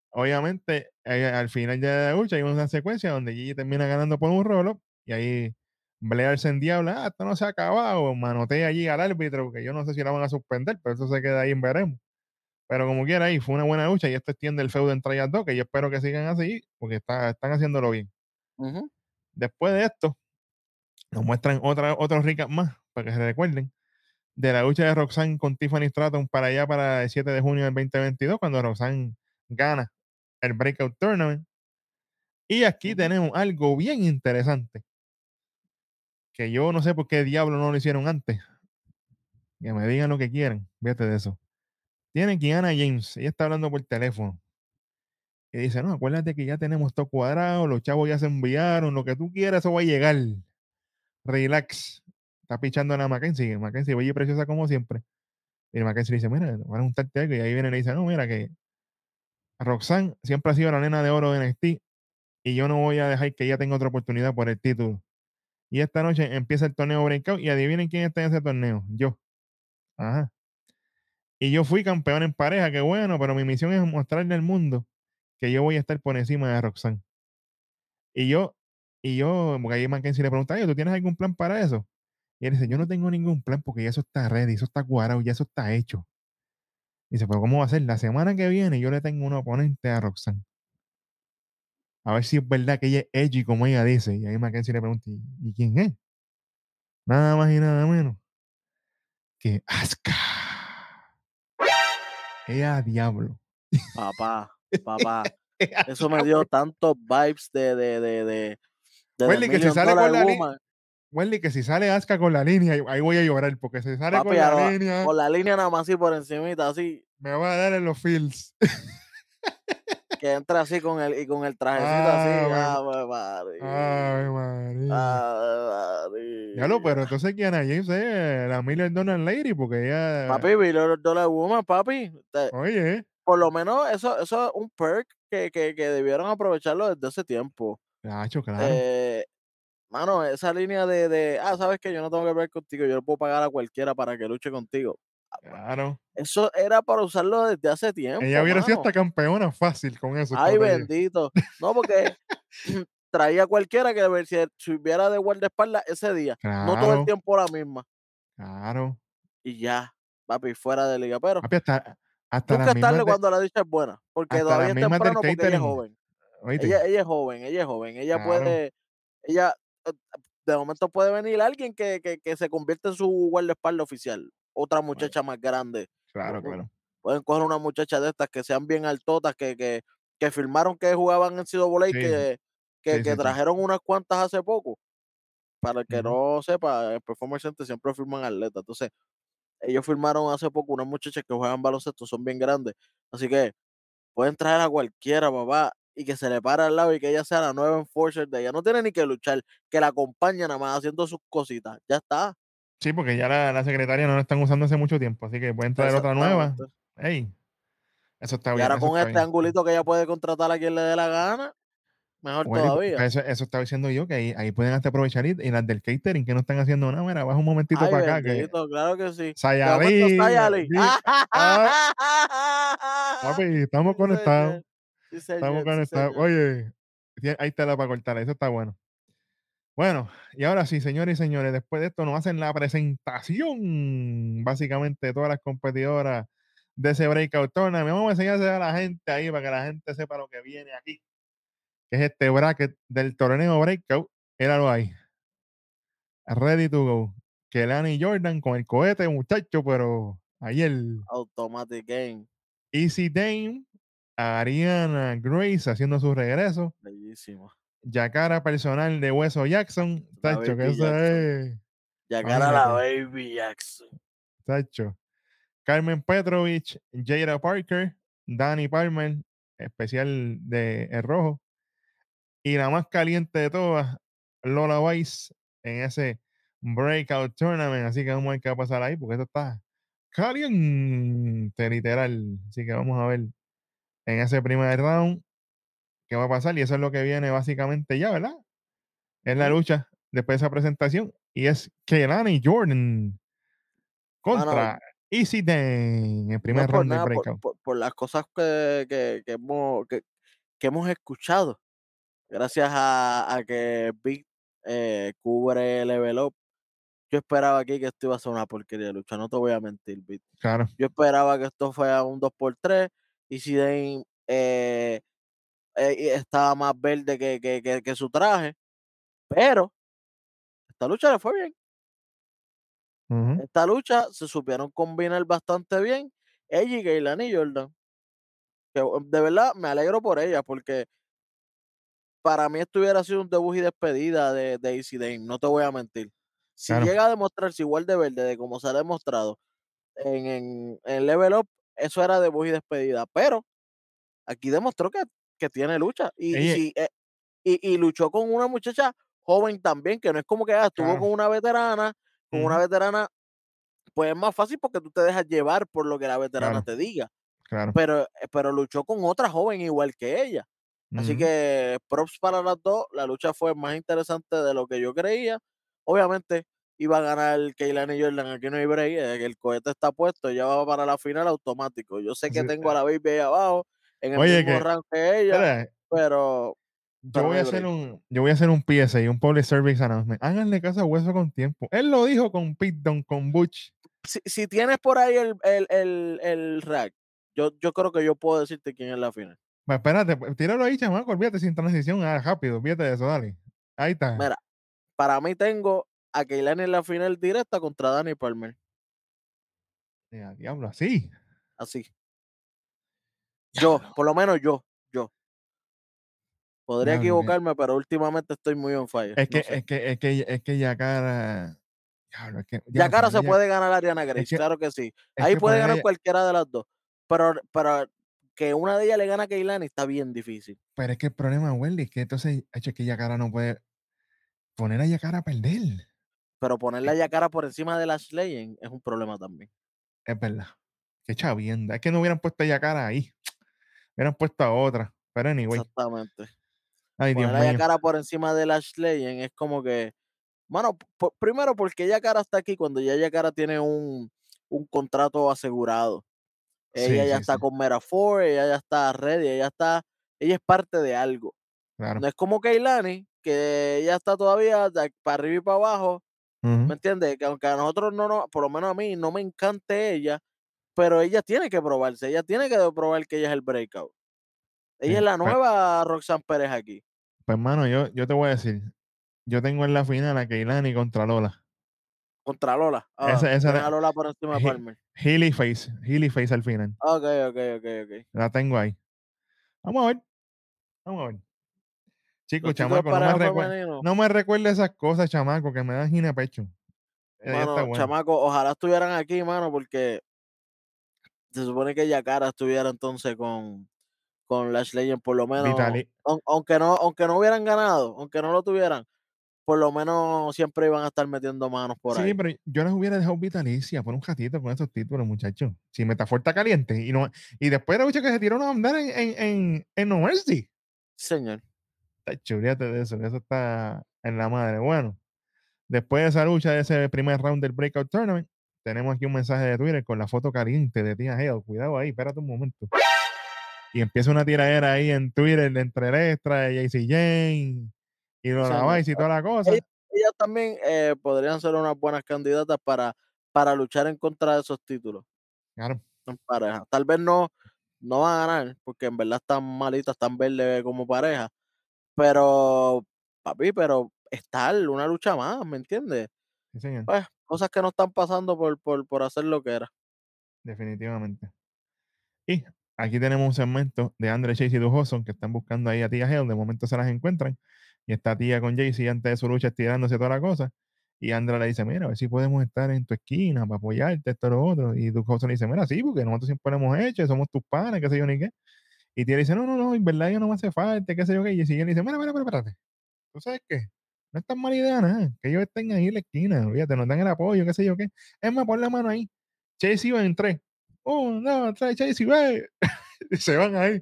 obviamente, al final de la lucha hay una secuencia donde Gigi termina ganando por un rolo y ahí Blair se endiabla, esto no se ha acabado, manotea allí al árbitro, que yo no sé si la van a suspender, pero eso se queda ahí en veremos. Pero como quiera, ahí fue una buena lucha y esto extiende el feudo entre ellas dos, que yo espero que sigan así, porque están haciéndolo bien. Ujú. Después de esto, nos muestran otros recap más, para que se recuerden, de la lucha de Roxanne con Tiffany Stratton para allá, para el 7 de junio del 2022, cuando Roxanne gana el Breakout Tournament. Y aquí Ujú. tenemos algo bien interesante, que yo no sé por qué diablo no lo hicieron antes. Que me digan lo que quieran, fíjate de eso. Tiene Kiana James, ella está hablando por teléfono. Y dice, no, acuérdate que ya tenemos todo cuadrado, los chavos ya se enviaron, lo que tú quieras, eso va a llegar. Relax. Está pichando a la Mackenzie. Mackenzie, bella y preciosa como siempre. Y Mackenzie le dice, mira, van a juntarte algo. Y ahí viene y le dice, no, mira que Roxanne siempre ha sido la nena de oro de NXT y yo no voy a dejar que ella tenga otra oportunidad por el título. Y esta noche empieza el torneo Breakout y adivinen quién está en ese torneo. Yo. Ajá. Y yo fui campeón en pareja, qué bueno, pero mi misión es mostrarle al mundo que yo voy a estar por encima de Roxanne. Y yo, porque ahí Mackenzie le pregunta, oye, ¿tú tienes algún plan para eso? Y él dice, yo no Ujú. tengo ningún plan porque ya eso está ready, eso está cuadrado, ya eso está hecho. Y dice, pero ¿cómo va a ser? La semana que viene yo le tengo un oponente a Roxanne. A ver si es verdad que ella es edgy como ella dice. Y ahí Mackenzie le pregunta, ¿y quién es? Nada más y nada menos que Asuka. Ella diablo. Papá, papá. Ella Eso me dio diablo. tantos vibes de The Welly, que si Million sale Dollar con la línea, Woman. Welly, que si sale Asuka con la línea, ahí voy a llorar, porque si sale Papi, con la línea, con la línea nada más así por encimita, así, me va a dar en los feels. que entra así con el trajecito así. Ave, Ave Ave María. María. Ave Ya lo, María. pero entonces Kiana James es la Million Dollar Lady, porque ella, Papi, Million Dollar Woman, papi. oye, Por lo menos eso es un perk que debieron aprovecharlo desde ese tiempo. Nacho, claro, Eh, Mano, esa línea sabes que yo no tengo que ver contigo, yo le puedo pagar a cualquiera para que luche contigo. claro. Eso era para usarlo desde hace Ella tiempo, hubiera sido mano. hasta campeona fácil con eso, Ay, estrategia. bendito. No, porque traía a cualquiera que ver si hubiera de guardaespaldas ese día, no todo el Claro, tiempo la misma. claro. Y ya, papi, fuera de liga. Pero Papi, hasta las busca mismas estarle cuando la dicha es buena, porque hasta las todavía es mismas del temprano porque ella es catering, joven. oíste, Ella es joven, ella es joven. Ella claro, puede, ella eh, de momento puede venir alguien que se convierta en su guardaespaldas oficial. Otra bueno, muchacha más grande. claro, claro. Pueden coger una muchacha de estas que sean bien altotas, que firmaron que jugaban en NCAA y Sí, sí, sí, que sí, sí. trajeron unas cuantas hace poco. Para el que Ujú. no sepa, el Performance Center siempre firman atletas. Entonces, ellos firmaron hace poco unas muchachas que juegan baloncesto, son bien grandes. Así que pueden traer a cualquiera, papá, y que se le pare al lado y que ella sea la nueva enforcer de ella. No tiene ni que luchar, que la acompañe nada más haciendo sus cositas. Ya está. Sí, porque ya la secretaria no la están usando hace mucho tiempo, así que pueden traer otra nueva. Exactamente. Ey, eso está Y bien, ahora eso con está este bien. angulito que ella puede contratar a quien le dé la gana, mejor Bueno, todavía. eso estaba diciendo yo, que ahí pueden hasta aprovechar y las del catering que no están haciendo nada. Mira, baja un momentito Ay, para acá, que bendito, claro que sí. De momento, Sayali, Sayali. ah, papi, estamos Sí, conectados, señor. Sí, estamos señor, sí, conectados. señor. Oye, ahí está la para cortar, eso está bueno. Bueno, y ahora sí, señores y señores, después de esto nos hacen la presentación, básicamente, de todas las competidoras de ese Breakout Tournament. Vamos a enseñarse a la gente ahí para que la gente sepa lo que viene aquí, que es este bracket del torneo Breakout. Éralo ahí, ready to go. Kelani Jordan con el cohete, muchacho, pero ayer, Automatic Game. Easy Dame, Ariana Grace haciendo su regreso, Bellísimo. Yakara personal de Hueso Jackson, La tacho, que Baby eso Jackson. es, Llegar a la imagínate, Baby Jackson. tacho. Carmen Petrovich, Jada Parker, Danny Palmer, especial de El Rojo, y la más caliente de todas, Lola Weiss, en ese Breakout Tournament. Así que vamos a ver qué va a pasar ahí, porque esto está caliente, literal. Así que vamos a ver en ese primer round qué va a pasar, y eso es lo que viene básicamente ya, ¿verdad? Es la Ujú. lucha después de esa presentación, y es Kelani Jordan Mano, contra Easy Dane, el no es primer por round del nada, Breakout. por las cosas que hemos escuchado, gracias a que Big cubre Level Up. Yo esperaba aquí que esto iba a ser una porquería de lucha, no te voy a mentir, Big. Claro. Yo esperaba que esto fuera un 2x3 y si Dane estaba más verde que su traje, pero esta lucha le fue bien. Ujú. Esta lucha se supieron combinar bastante bien ella y Gaylani Jordan. Que de verdad me alegro por ella, porque para mí esto hubiera sido un debut y despedida de Easy Dane, no te voy a mentir. Si Claro. llega a demostrarse igual de verde de como se ha demostrado en Level Up, eso era debut y despedida. Pero aquí demostró que tiene lucha. Ella, Y luchó con una muchacha joven también, que no es como que estuvo claro. con una Ujú. veterana, pues es más fácil porque tú te dejas llevar por lo que la veterana Claro, te diga. claro. Pero luchó con otra joven igual que ella. Así Ujú. que props para las dos. La lucha fue más interesante de lo que yo creía. Obviamente iba a ganar Keilani Jordan, aquí no hay break, que el cohete está puesto, ya va para la final automático. Yo sé Sí, que tengo a la baby ahí abajo, en el oye, mismo que, rank que ella, espera, pero, yo pero no voy a hay hacer break. un PSA y un Public Service Announcement. Háganle caso a Hueso con tiempo. Él lo dijo con Pete Dunne, con Butch. Si tienes por ahí el rack, yo creo que yo puedo decirte quién es la final. Espérate, tíralo ahí, chamaco, olvídate sin transición, rápido, olvídate de eso, dale. Ahí está. Mira, para mí tengo a Keilani en la final directa contra Dani Palmer. Diablo, así. Así. Yo, Diablo, por lo menos yo. Podría diablo, equivocarme, pero últimamente estoy muy on fire. es que, No sé. es que, es que, es que Yakara, diablo, Ya diablo, cara se puede ganar a Ariana es Grace, que, claro que sí. es Ahí que puede poner ganar a, cualquiera de las dos. Pero que una de ellas le gana a Keilani está bien difícil. pero es que el problema, Welly, es que entonces, hecho, es que Yakara no puede poner a Yakara a perder. Pero ponerla ya cara por encima de Lash Legend es un problema también. Es verdad. Qué chavienda. Es que no hubieran puesto a Yakara ahí. Hubieran puesto a otra. Pero anyway. Exactamente. Ay, Dios Ponerla ya mío. cara por encima de Lash Legend es como que, mano, primero porque ya cara está aquí cuando ya cara tiene un contrato asegurado. Ella Sí, ya sí, sí. está con Mera Ford, ella ya está ready, ella es parte de algo. Claro. No es como Keilani, que ella está todavía para arriba y para abajo, Ujú. ¿me entiendes? Que aunque a nosotros por lo menos a mí, no me encante ella, pero ella tiene que probarse, ella tiene que probar que ella es el breakout. Ella Sí. es la Pues, nueva Roxanne Pérez aquí, hermano, yo te voy a decir. Yo tengo en la final a Keilani contra Lola. contra Lola. Esa Tienes a Lola por encima de Palmer. Healy Face. Healy Face al final. Ok, ok, ok, ok. La tengo ahí. Vamos a ver. Vamos a ver. Chicos, Los títulos chamaco, no me pareja recuerda. femenino. No me recuerde esas cosas, chamaco, que me dan gine pecho. Ya está Mano, bueno. chamaco, ojalá estuvieran aquí, mano, porque se supone que Yakara estuviera entonces con Lash Legend, por lo menos, Vitali. aunque no hubieran ganado, aunque no lo tuvieran, por lo menos siempre iban a estar metiendo manos por Sí, ahí. pero yo las hubiera dejado vitalicia por un ratito con esos títulos, muchachos. Si Metafor está caliente y no, y después de la lucha que se tiró a andar en No Mercy. Sí, señor. Está chuleate de eso, que eso está en la madre. Bueno, después de esa lucha, de ese primer round del Breakout Tournament, tenemos aquí un mensaje de Twitter con la foto caliente de Tia Hale. Cuidado ahí, espérate un momento. Y empieza una tiradera ahí en Twitter entre el extra, JC Jane y Sí, Lola señor. Vice y toda la Ellas, cosa. ellas también podrían ser unas buenas candidatas para luchar en contra de esos títulos Claro, en pareja. Tal vez no van a ganar, porque en verdad están malitas, están verdes como pareja. Pero, papi, pero estar una lucha más, ¿me entiendes? sí, señor, Pues, cosas que no están pasando por hacer lo que era. definitivamente. Y aquí tenemos un segmento de Andre Chase y Duke Hudson que están buscando ahí a Tia Hale. De momento se las encuentran. Y está Tia con Jaycee antes de su lucha estirándose toda la cosa. Y Andra le dice, mira, a ver si podemos estar en tu esquina para apoyarte, esto, lo otro. Y Duke Hudson le dice, mira, sí, porque nosotros siempre lo hemos hecho, somos tus panes, qué sé yo ni qué. Y Tia le dice, no, no, no, en verdad yo no me hace falta, qué sé yo qué. Y Jaycee le dice, mira, mira, mira, espérate. ¿Tú sabes qué? No es tan mala idea nada, que ellos estén ahí en la esquina, fíjate, nos dan el apoyo, qué sé yo qué. Es más, pon la mano ahí. Chase iba en tres. Uno, dos, tres, Chase, ve. Y se van ahí.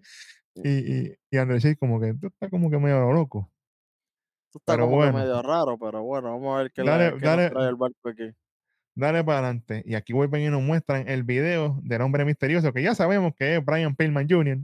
Y Andrés Chase como que tú estás como que medio loco. Esto está Pero como que bueno, medio raro, pero bueno, vamos a ver dale, qué nos dale, trae el barco aquí. Dale para adelante. Y aquí vuelven y nos muestran el video del hombre misterioso, que ya sabemos que es Brian Pillman Jr.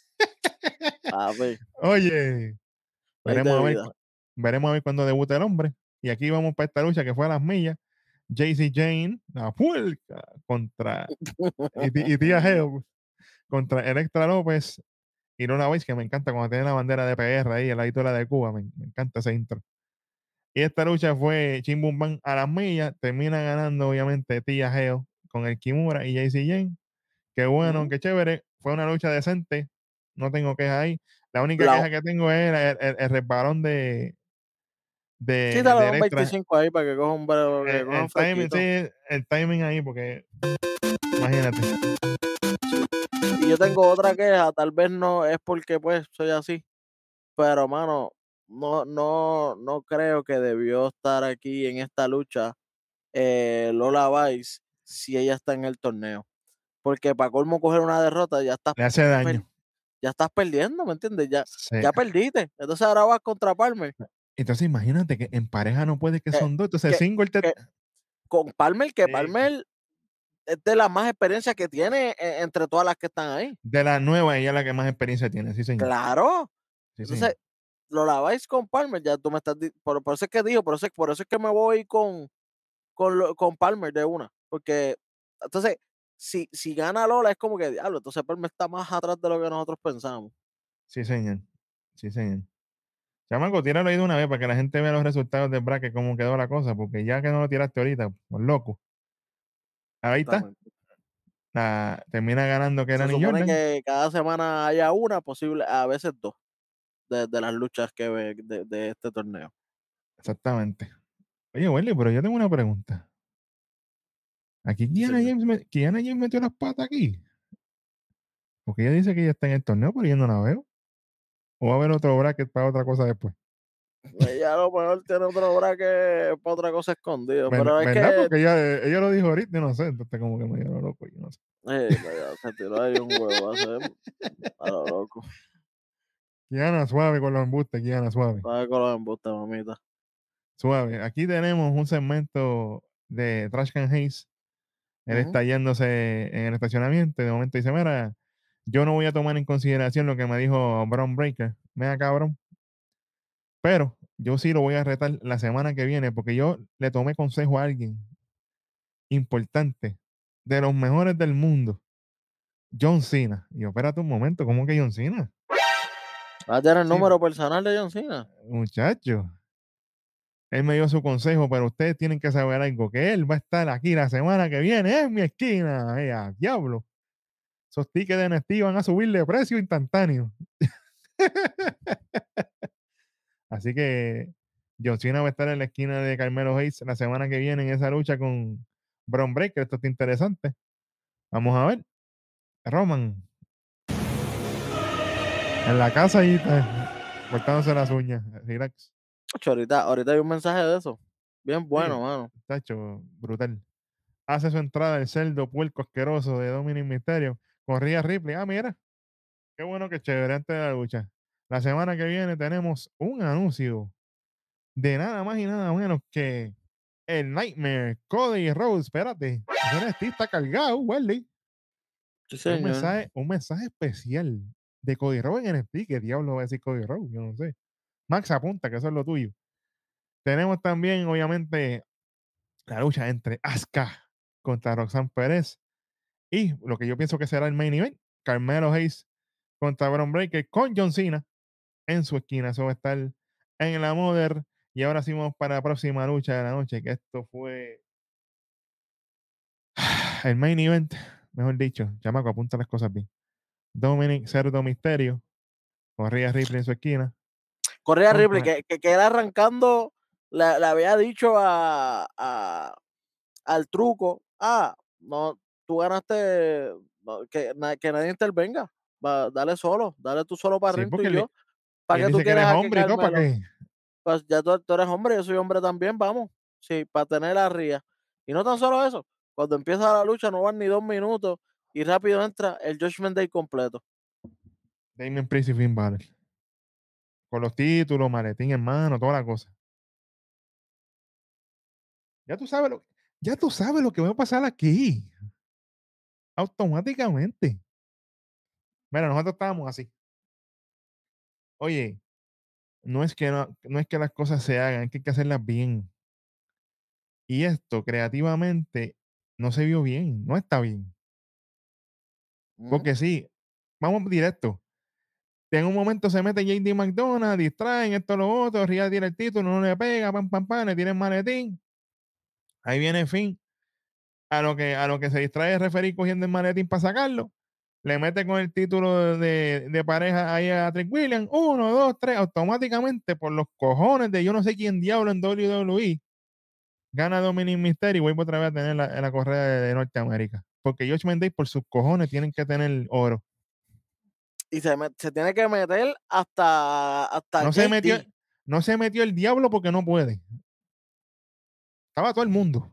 Papi, Oye, ley de veremos a ver, vida. veremos a ver cuándo debuta el hombre. Y aquí vamos para esta lucha que fue a las millas. JC Jane, la puerca, contra y Tía Hale, contra Electra López y Lola Weiss, que me encanta cuando tiene la bandera de PR ahí, el ladito de la de Cuba. Me encanta ese intro. Y esta lucha fue Chim Bum Bam a las millas. Termina ganando, obviamente, Tía Hale con el Kimura y JC Jane. Qué bueno, Ujú. qué chévere. Fue una lucha decente. No tengo queja ahí. La única La, queja que tengo es el resbalón quítale de un Electra. 25 ahí para que cojan, que cojan El timing, fresquito. sí, el timing ahí, porque imagínate. Sí. Y yo tengo otra queja, tal vez no es porque pues soy así, pero mano, no creo que debió estar aquí en esta lucha Lola Vice si ella está en el torneo. Porque para colmo coger una derrota Le hace daño. ya estás perdiendo, ¿me entiendes? Sí. Ya perdiste. Entonces ahora vas contra Palmer. Entonces imagínate que en pareja no puede que Que, son dos. Entonces que, single que con Palmer, que sí. Palmer es de las más experiencias que tiene entre todas las que están ahí. De la nueva, ella es la que más experiencia tiene, sí, señor. Claro. Sí, señor. Entonces, lo laváis con Palmer, ya tú me estás por eso es que dijo, por eso es que me voy con Palmer de una. Porque entonces, si gana Lola, es como que diablo, entonces Palmer está más atrás de lo que nosotros pensamos. Sí, señor. Sí, señor. Chamaco, tíralo ahí de una vez para que la gente vea los resultados del bracket, cómo quedó la cosa, porque ya que no lo tiraste ahorita, por loco. Ahí está. Exactamente. Termina ganando Se Kelani supone Jordan. que cada semana haya una, posible, a veces dos, de las luchas que ve de este torneo. Exactamente. Oye, Welly, pero yo tengo una pregunta. Aquí Sí, señor. Kiana James metió las patas aquí. Porque ella dice que ella está en el torneo, pero yo no la veo. O va a haber otro bracket para otra cosa después. Ella a lo mejor tiene otro bracket para otra cosa escondido, pero es ¿Verdad? que Porque ella lo dijo ahorita, yo no sé. Entonces como que me dio loco, yo no sé. se tiró ahí un huevo a lo loco. Kiana, suave con los embustes, Kiana, suave. Va con los embustes, mamita. Suave. Aquí tenemos un segmento de Trash Can Hayes. Él Ujú. está yéndose en el estacionamiento y de momento dice, mira, yo no voy a tomar en consideración lo que me dijo Bron Breaker. Mira, cabrón. Pero yo sí lo voy a retar la semana que viene porque yo le tomé consejo a alguien importante, de los mejores del mundo, John Cena. Y yo, espérate un momento, ¿cómo que John Cena? Va a tener el Sí, número personal de John Cena. muchacho. Él me dio su consejo, pero ustedes tienen que saber algo, que él va a estar aquí la semana que viene en mi esquina. Diablo. Esos tickets de NFT van a subir de precio instantáneo. Así que John Cena va a estar en la esquina de Carmelo Hayes la semana que viene en esa lucha con Bron Breaker. Esto está interesante. Vamos a ver. Roman, en la casa ahí cortándose las uñas. Relax. Ocho, ahorita hay un mensaje de eso. Bien Sí, bueno, mano. tacho, brutal. Hace su entrada el cerdo puerco asqueroso de Dominic Mysterio. Corría Ripley. Ah, mira. Qué bueno, que chévere antes de la lucha. La semana que viene tenemos un anuncio de nada más y nada menos que el Nightmare, Cody Rhodes. Espérate, ese NXT está cargado, Welly. Sí, Es señor. un mensaje especial de Cody Rhodes en NXT. ¿Qué diablo va a decir Cody Rhodes? Yo no sé. Max apunta que eso es lo tuyo. Tenemos también, obviamente, la lucha entre Asuka contra Roxanne Pérez y lo que yo pienso que será el main event, Carmelo Hayes contra Bron Breakker con John Cena en su esquina. Eso va a estar en la Mother. Y ahora sí vamos para la próxima lucha de la noche, que esto fue el main event, mejor dicho. Chamaco, apunta las cosas bien. Dominic Cerdo Misterio, corría Ripley en su esquina. Correa Ripley, Contra, que él arrancando le había dicho al truco, no, tú ganaste, que nadie intervenga, dale solo, dale tú solo para sí, el tú porque y yo. y ¿Para él qué tú dice que él quieres es a que hombre y todo, ¿para Carmelo? qué? Pues ya tú eres hombre, yo soy hombre también, vamos. Sí, para tener la ría. Y no tan solo eso, cuando empieza la lucha no van ni 2 minutos y rápido entra el Judgment Day completo. Damien Priest y Finn Balor. Con los títulos, maletín en mano, toda la cosa. Ya tú sabes ya tú sabes lo que va a pasar aquí. Automáticamente. Mira, nosotros estábamos así. Oye, no es que las cosas se hagan, es que hay que hacerlas bien. Y esto creativamente no se vio bien, no está bien. Ujú. Porque sí, vamos directo. En un momento se mete JD McDonald, distraen esto, lo otro, Ria tira el título, no le pega, pam, pam, pam, le tira el maletín. Ahí viene fin. A lo que se distrae el referee cogiendo el maletín para sacarlo. Le mete con el título de pareja ahí a Trick Williams. 1, 2, 3. Automáticamente, por los cojones de yo no sé quién diablo en WWE, gana Dominic Mysterio y vuelve otra vez a tener la correa de Norteamérica. Porque Josh Mendez por sus cojones tienen que tener oro. Y se tiene que meter hasta No se metió, JD. no se metió el diablo porque no puede. Estaba todo el mundo.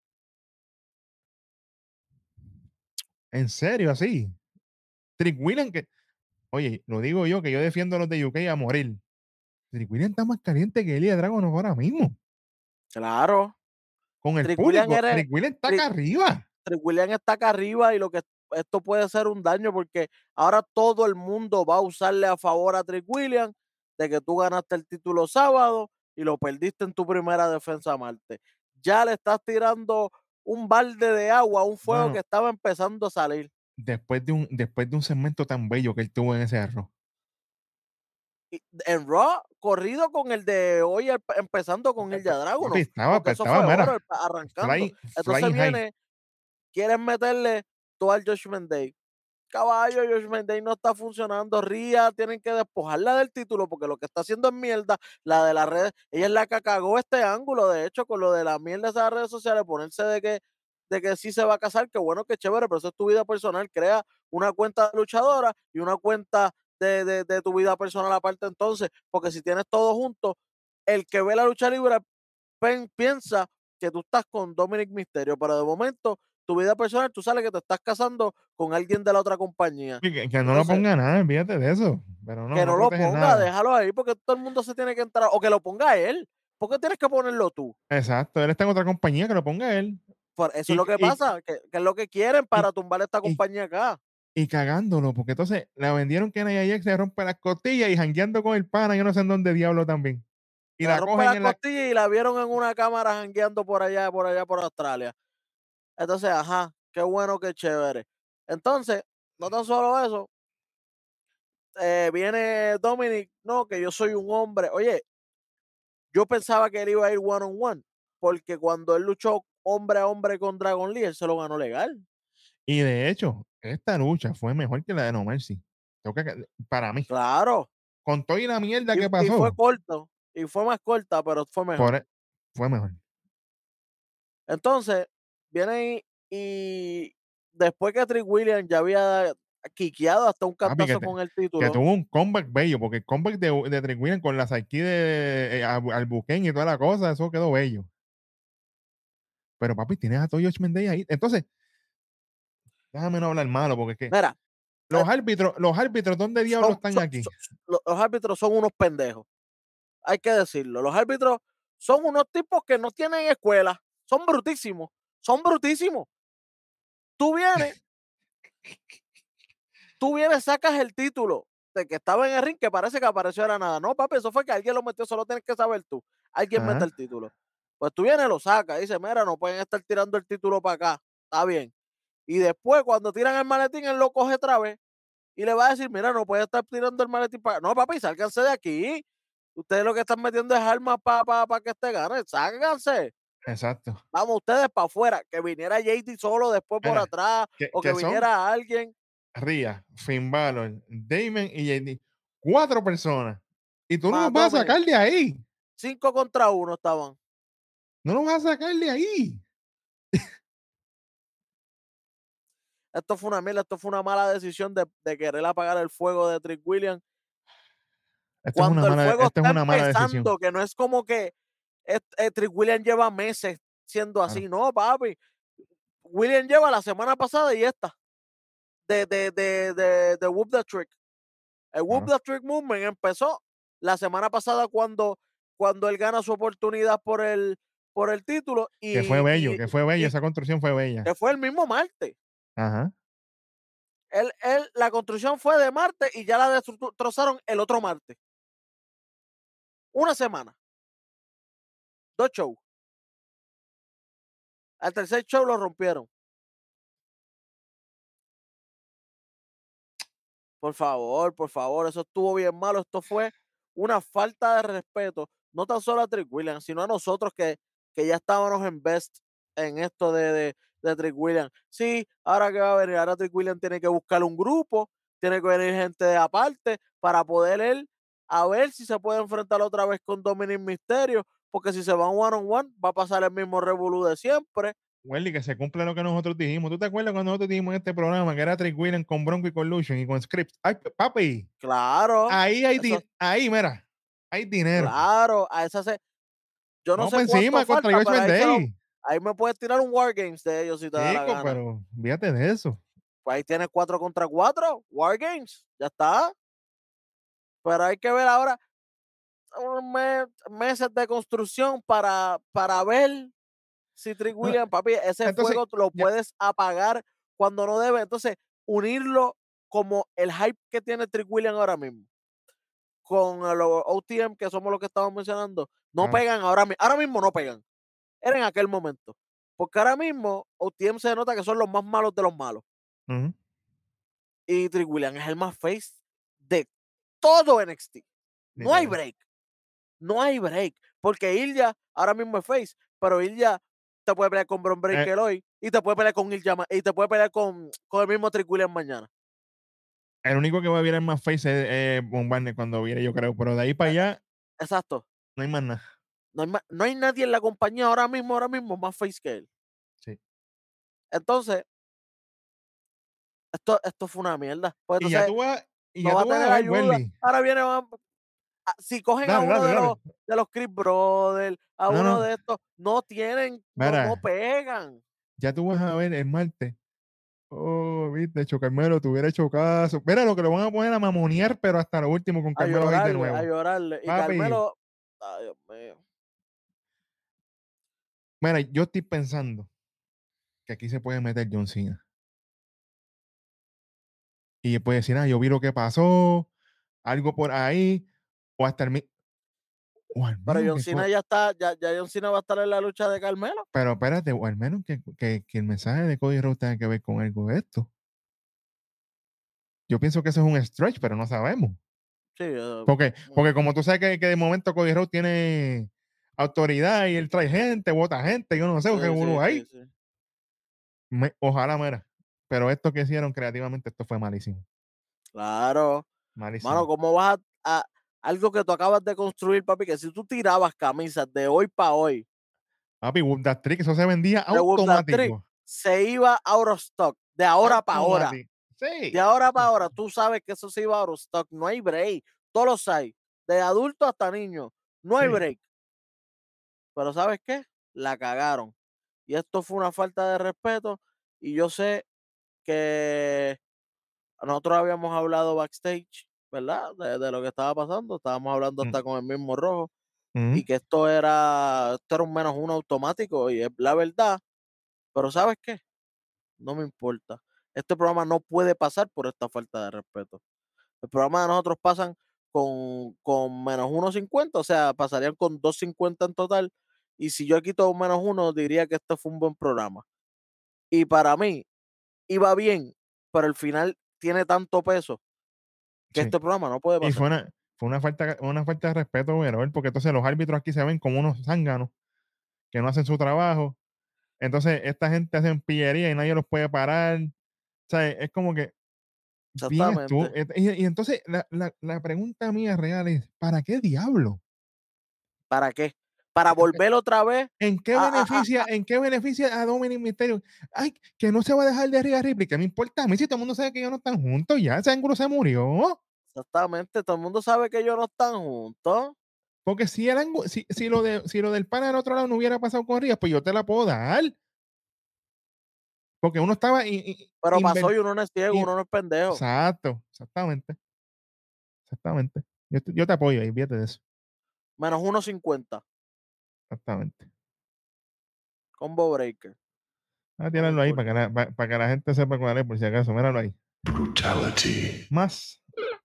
En serio, así. Trick Williams que, oye, lo digo yo, que yo defiendo a los de UK a morir. Trick Williams está más caliente que Elia Dragon ahora mismo. Claro. Con el Trick William público. eres, Trick Williams está acá Trick, arriba. Trick William está acá arriba y lo que esto puede ser un daño porque ahora todo el mundo va a usarle a favor a Trick William de que tú ganaste el título sábado y lo perdiste en tu primera defensa a Marte. Ya le estás tirando un balde de agua a un fuego que Bueno, estaba empezando a salir. después de un segmento tan bello que él tuvo en ese arroz. Y en Raw, corrido con el de hoy, empezando con el de Papi, Dragunov, porque eso fue mira, oro arrancando. Entonces flying high. viene, quieren meterle todo al Judgment Day. Caballo, Judgment Day no está funcionando. Ria tienen que despojarla del título porque lo que está haciendo es mierda. La de las redes, ella es la que cagó este ángulo, de hecho, con lo de la mierda de esas redes sociales, ponerse de que sí se va a casar, que bueno, que chévere, pero eso es tu vida personal. Crea una cuenta de luchadora y una cuenta de tu vida personal aparte entonces, porque si tienes todo junto, el que ve la lucha libre piensa que tú estás con Dominic Mysterio, pero de momento tu vida personal, tú sabes que te estás casando con alguien de la otra compañía. Que no lo Entonces, ponga nada, olvídate de eso. Pero no, que no no lo protege ponga, nada. déjalo ahí, porque todo el mundo se tiene que entrar, o que lo ponga él. ¿Por qué tienes que ponerlo tú? Exacto, él está en otra compañía, que lo ponga él. Eso es Y, lo que y, pasa, que es lo que quieren y, para tumbar esta y, compañía acá. y cagándolo, porque entonces la vendieron que Nia Jax se rompe las costillas y jangueando con el pana, yo no sé en dónde diablo también. Y Le la rompe cogen las en la. costillas y la vieron en una cámara jangueando por Australia. Entonces, ajá, qué bueno, qué chévere. Entonces, no tan solo eso, viene Dominic, no, que yo soy un hombre. Oye, yo pensaba que él iba a ir one on one, porque cuando él luchó hombre a hombre con Dragon Lee, él se lo ganó legal. Y de hecho, esta lucha fue mejor que la de No Mercy. Para mí. Claro, Con toda y la mierda que y fue pasó, corto, y fue más corta, pero fue mejor. por, e- fue mejor. Entonces, viene y después que Trick Williams ya había quiqueado hasta un Papi, cantazo con el que título, tuvo un comeback bello, porque el comeback de Trick Williams con la psyche de Albuquerque y toda la cosa, eso quedó bello. Pero papi, tienes a todo Josh Mendez ahí. Entonces, déjame no hablar malo, porque es que mira, eh, los árbitros, ¿dónde diablos están aquí? los árbitros son unos pendejos, hay que decirlo. Los árbitros son unos tipos que no tienen escuela, son brutísimos, son brutísimos. Tú vienes, sacas el título de que estaba en el ring, que parece que apareció de la nada. No, papi, eso fue que alguien lo metió, solo tienes que saber tú. Alguien mete Ajá, el título. Pues tú vienes, lo sacas, dice, mira, no pueden estar tirando el título para acá. Está bien. Y después, cuando tiran el maletín, él lo coge otra vez y le va a decir, mira, no puede estar tirando el maletín para acá. No, papi, sálganse de aquí. Ustedes lo que están metiendo es armas para que este gane. Sálganse. exacto. Vamos, ustedes para afuera. Que viniera JD solo después por Mira, atrás o que que son viniera alguien. Rhea, Finn Balor, Damon y JD. 4 personas. Y tú no Más los vas a Dominic. sacar de ahí. 5 contra 1 estaban. No los vas a sacar de ahí. Esto fue una mierda, esto fue una mala decisión de querer apagar el fuego de Trick Williams. Cuando el fuego Esto es está una mala decisión. empezando, que no es como que Trick Williams lleva meses siendo Claro, así, no, papi. Williams lleva la semana pasada y esta, de Whoop the Trick. El Whoop claro. the Trick Movement empezó la semana pasada cuando él gana su oportunidad por el título Que fue bello, que fue bello, y esa construcción fue bella. que fue el mismo Marte. Ajá. La construcción fue de Marte y ya la destrozaron el otro Marte. Una semana. 2 shows. Al tercer show lo rompieron. Por favor, eso estuvo bien malo. Esto fue una falta de respeto, no tan solo a Trick Williams, sino a nosotros que ya estábamos en best en esto de Trick Williams. Sí, ahora que va a venir, ahora Trick Williams tiene que buscar un grupo, tiene que venir gente de aparte para poder él a ver si se puede enfrentar otra vez con Dominic Mysterio, porque si se van one on one va a pasar el mismo revolú de siempre. Welly, que se cumple lo que nosotros dijimos. ¿Tú te acuerdas cuando nosotros dijimos en este programa que era Trick Williams con Bronco y con Lucian y con Scripps? ¡Ay, papi! Claro, eso, Ahí, mira, hay dinero. claro, a esa se, yo no Vamos sé para cuánto encima contra falta, pero Judgment Day. ahí me puedes tirar un Wargames de ellos si te da la Chico, gana. pero fíjate de eso. Pues ahí tienes 4 contra 4, Wargames, ya está. Pero hay que ver ahora meses de construcción para ver si Trick No, Williams, papi, ese entonces, fuego lo ya, puedes apagar cuando no debe. Entonces, unirlo como el hype que tiene Trick Williams ahora mismo con los OTM, que somos los que estamos mencionando, no claro. pegan ahora mismo no pegan. Era en aquel momento. Porque ahora mismo OTM se nota que son los más malos de los malos. Ujú. Y Trick Williams es el más face de todo NXT. No hay Literal. break. No hay break. Porque Ilya ahora mismo es face. Pero Ilya te puede pelear con Bron Eh, Breakker hoy. Y te puede pelear con Ilya y te puede pelear con el mismo Trick Williams mañana. el único que va a virar más face es Von Barney cuando viene, yo creo. Pero de ahí para Eh, allá, Exacto. no hay más nada. No hay nadie en la compañía ahora mismo más face que él. Sí. Entonces, esto fue una mierda. Pues Y ya entonces tú vas, y no ya va a tú vas tener a ver, ayuda. Welly. Ahora viene, si cogen a Dale, uno dale, dale. de los Chris Brothers, a No, uno no. de estos, no Mira, pegan. ya tú vas a ver el martes. Oh, viste, Chocarmelo, te hubiera hecho caso. Mira lo que lo van a poner a mamonear, pero hasta lo último con Carmelo ahí de A nuevo. llorarle. Y Papi, Carmelo, ay Dios mío. mira, yo estoy pensando que aquí se puede meter John Cena. Y puede decir, yo vi lo que pasó, algo por ahí, o hasta o al Pero menos John Cena ya está, ya John Cena va a estar en la lucha de Carmelo. pero espérate, o al menos que el mensaje de Cody Rhodes tenga que ver con algo de esto. Yo pienso que eso es un stretch, pero no sabemos. Sí, Porque como tú sabes que de momento Cody Rhodes tiene autoridad y él trae gente, vota gente, yo no sé, qué sí, uno sí, hay. sí. Ojalá, mira. Pero esto que hicieron creativamente, esto fue malísimo. Claro. Mano, Malísimo. ¿cómo vas algo que tú acabas de construir, papi? Que si tú tirabas camisas de hoy para hoy, Papi, That Trick, eso se vendía de World of Trick, automático. se iba out of stock, de ahora para ahora. Automático. Sí. De ahora para ahora, tú sabes que eso se iba out of stock, no hay break. Todos los hay, de adulto hasta niño, no hay Sí. break. Pero ¿sabes qué? La cagaron. Y esto fue una falta de respeto. Y yo sé que nosotros habíamos hablado backstage, ¿verdad? De lo que estaba pasando. Estábamos hablando Mm, hasta con el mismo Rojo. mm, Y que esto era un menos uno automático. Y es la verdad. Pero ¿sabes qué? No me importa. Este programa no puede pasar por esta falta de respeto. El programa de nosotros pasan con menos 1.50, o sea, pasarían con 2.50 en total. Y si yo quito un menos uno, diría que este fue un buen programa. Y para mí, iba bien, pero el final tiene tanto peso que sí. este programa no puede Y pasar. fue una falta de respeto, pero porque entonces los árbitros aquí se ven como unos zánganos que no hacen su trabajo. Entonces, esta gente hace pillería y nadie los puede parar. O sea, es como que bien tú. Exactamente. Y entonces, la pregunta mía real es: ¿para qué diablo? ¿Para qué? Para volver otra vez a En qué beneficia a Dominic Mysterio? Ay, que no se va a dejar de Rhea Ripley. ¿Qué me importa a mí si todo el mundo sabe que ellos no están juntos ya? Ese ángulo se murió. exactamente. Todo el mundo sabe que ellos no están juntos. Porque si, si lo del pana del otro lado no hubiera pasado con Rhea, pues yo te la puedo dar. Porque uno estaba Pero pasó y uno no es ciego, in- uno no es pendejo. exacto, exactamente, exactamente. Yo te apoyo ahí, fíjate de eso. Menos 1.50. Exactamente. Combo Breaker. Tíralo ahí importa. para que la gente sepa cuál es, por si acaso. Míralo ahí. Brutality. Más.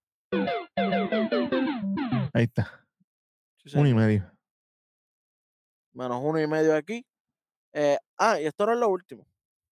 Ahí está. Sí, 1 y señor. medio. Menos 1.5 aquí. Y esto no es lo último.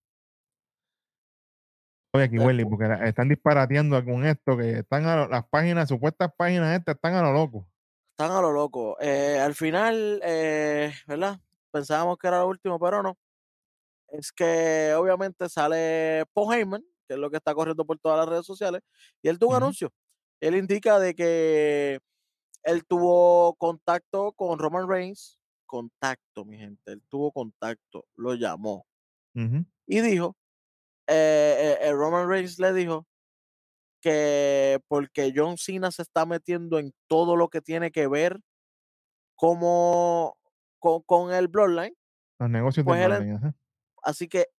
Oye, aquí, Welly, Despu- porque están disparateando con esto, que están las páginas, supuestas páginas estas, están a lo loco. Están a lo loco. Al final, ¿verdad? Pensábamos que era lo último, pero no. Es que obviamente sale Paul Heyman, que es lo que está corriendo por todas las redes sociales, y él tuvo un Ujú. anuncio. Él indica de que él tuvo contacto con Roman Reigns. Contacto, mi gente. Él tuvo contacto, lo llamó Ujú. y dijo, Roman Reigns le dijo que porque John Cena se está metiendo en todo lo que tiene que ver como con el Bloodline, Los negocios del pues él, Bloodline, ajá. así que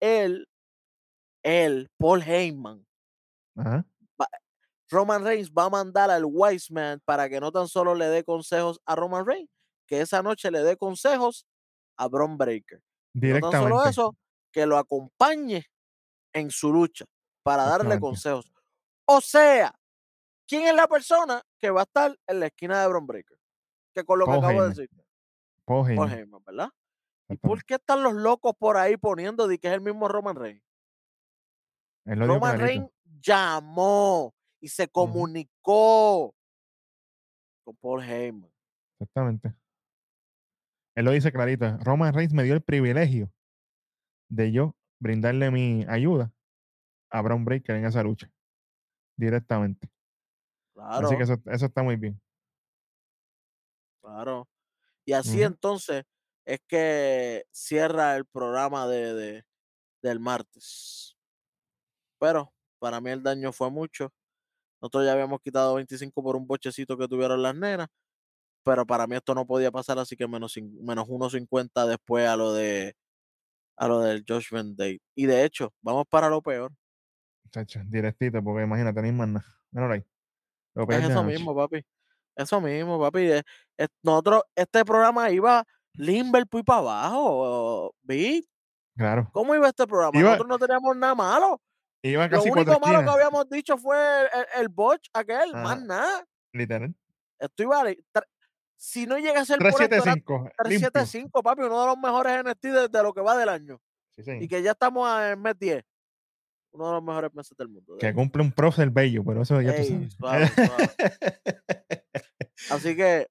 Paul Heyman, Ajá. Roman Reigns va a mandar al Wiseman para que no tan solo le dé consejos a Roman Reigns, que esa noche le dé consejos a Bron Breakker. Y no tan solo Directamente. eso, que lo acompañe en su lucha para darle Exactamente. consejos. O sea, ¿quién es la persona que va a estar en la esquina de Bron Breakker? Que con lo que Paul acabo de Heyman. decir, Paul Paul Heyman. Heyman, ¿verdad? ¿Y por Exactamente. qué están los locos por ahí poniendo de que es el mismo Roman Reigns? Él lo dijo Roman clarito. Reigns llamó y se Ujú. comunicó con Paul Heyman. Exactamente. Él lo dice clarito. Roman Reigns me dio el privilegio de yo brindarle mi ayuda a Bron Breakker en esa lucha. Directamente. Así que Claro, eso está muy bien. claro. Y así Ujú. entonces es que cierra el programa del martes. Pero para mí el daño fue mucho. Nosotros ya habíamos quitado 25 por un bochecito que tuvieron las nenas, pero para mí esto no podía pasar, así que menos 1.50 después a lo del Judgment Day. Y de hecho, vamos para lo peor. Chacho, directito, porque imagínate, no hay más nada. Míralo ahí. Lo Es peor de la eso noche. mismo, papi. Eso mismo, papi. Nosotros, este programa iba Limber para abajo. ¿Vi? Claro. ¿Cómo iba este programa? Iba, Nosotros no teníamos nada malo. iba Lo casi 4 único malo que esquinas. habíamos dicho fue el botch aquel, más Ajá. nada. Literal. Esto iba si no llega a ser por esto, era 375. Limpio. 375, papi, uno de los mejores NXT de lo que va del año. Sí, señor. Y que ya estamos en mes 10. Uno de los mejores meses del mundo. De Que verdad. cumple un prócer bello, pero eso ya tú Ey, sabes. suave, suave. Así que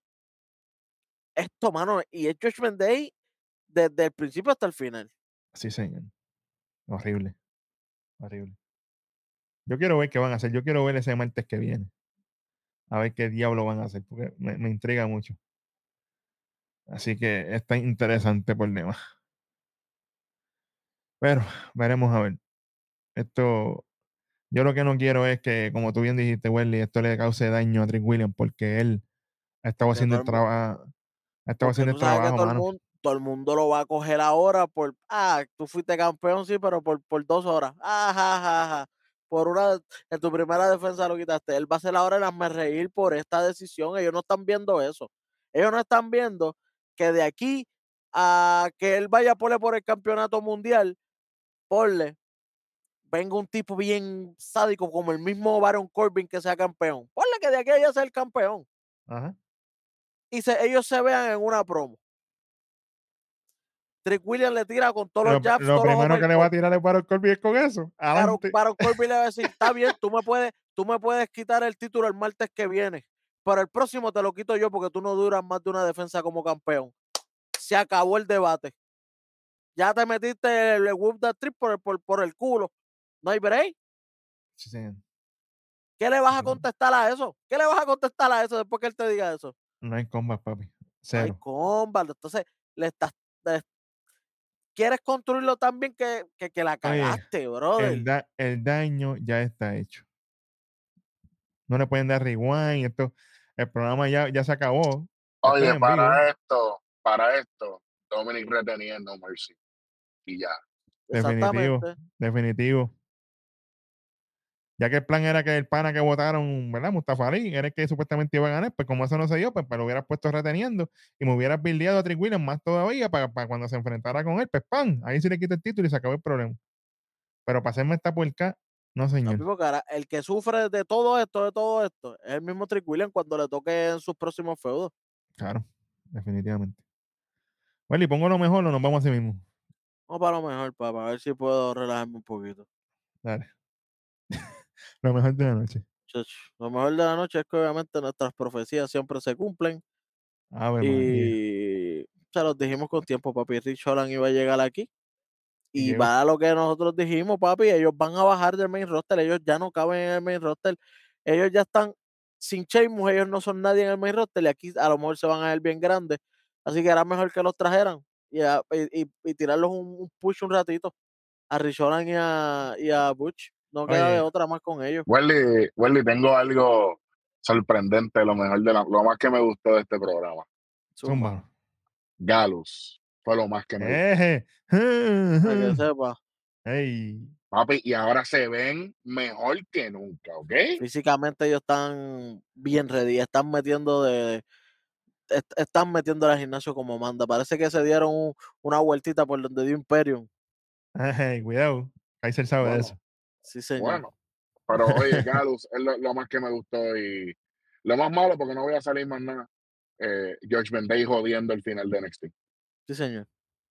esto, mano, y es Judgment Day desde el principio hasta el final. Sí, señor. Horrible. Horrible. Yo quiero ver qué van a hacer. Yo quiero ver ese martes que viene. A ver qué diablo van a hacer, porque me intriga mucho. Así que está interesante por demás. Pero veremos a ver. Esto, yo lo que no quiero es que, como tú bien dijiste, Welly, esto le cause daño a Trick Williams porque él ha estado Porque haciendo todo el el mundo, trabajo, ha estado porque haciendo tú el sabes que trabajo, mano. todo el mundo lo va a coger ahora tú fuiste campeón, sí, pero por 2 horas. Ajá. En tu primera defensa lo quitaste. Él va a ser ahora el hazme reír por esta decisión. Ellos no están viendo eso. Ellos no están viendo que de aquí a que él vaya por el campeonato mundial, porle, venga un tipo bien sádico como el mismo Baron Corbin que sea campeón. Ponle que de aquí a allá sea el campeón. Ajá. Y ellos se vean en una promo. Trick Williams le tira con todos los jabs, Lo todos los primero que le va a uppercuts. tirar es para el Corby es con eso. Adelante. Baron Corbin le va a decir, está bien, tú me puedes quitar el título el martes que viene, pero el próximo te lo quito yo porque tú no duras más de una defensa como campeón. Se acabó el debate. Ya te metiste el Whoop That Trip por el culo. No hay break. Sí, señor. ¿Qué le vas a contestar a eso? ¿Qué le vas a contestar a eso después que él te diga eso? No hay combas, papi. No hay Cero. combat. Entonces, le- quieres construirlo tan bien que la Oye, cagaste, brother. el daño ya está hecho. No le pueden dar rewind. El programa ya se acabó. Esto es Oye, en vivo. para esto, Dominic retenía No Mercy. Y ya. Definitivo. Exactamente. Definitivo. Ya que el plan era que el pana que votaron, ¿verdad? Mustafa Ali, era el que supuestamente iba a ganar, pues como eso no se dio, pues lo hubieras puesto reteniendo y me hubieras bildeado a Trick Williams más todavía para cuando se enfrentara con él, pues ¡pam! Ahí sí le quita el título y se acabó el problema. Pero para hacerme esta puerca, no señor. Papi, porque ahora el que sufre de todo esto, es el mismo Trick Williams cuando le toque en sus próximos feudos. Claro, definitivamente. Bueno, y pongo lo mejor o nos vamos así mismo. Vamos para lo mejor, para ver si puedo relajarme un poquito. Dale. Lo mejor de la noche. Chacho, lo mejor de la noche es que obviamente nuestras profecías siempre se cumplen Ave María. y se los dijimos con tiempo, papi. Rich Holland iba a llegar aquí Y y llegó. va a lo que nosotros dijimos, papi. Ellos van a bajar del main roster, ellos ya no caben en el main roster, ellos ya están sin Sheamus, ellos no son nadie en el main roster y aquí a lo mejor se van a ver bien grandes. Así que era mejor que los trajeran y tirarlos un push un ratito a Rich Holland y a Butch. No queda de Oye, otra más con ellos. Welly, tengo algo sorprendente, lo más que me gustó de este programa. Zumba, zumba. Galus fue lo más que me gustó. Eje. para que sepa. Ey. Papi, y ahora se ven mejor que nunca, ¿ok? Físicamente ellos están bien ready, están metiendo al gimnasio como manda. Parece que se dieron una vueltita por donde dio Imperium. Ey, cuidado. Kaiser sabe de eso. Bueno, Sí, señor. bueno. Pero oye, Galus es lo más que me gustó y lo más malo porque no voy a salir más nada. George Vendey jodiendo el final de NXT. Sí, señor.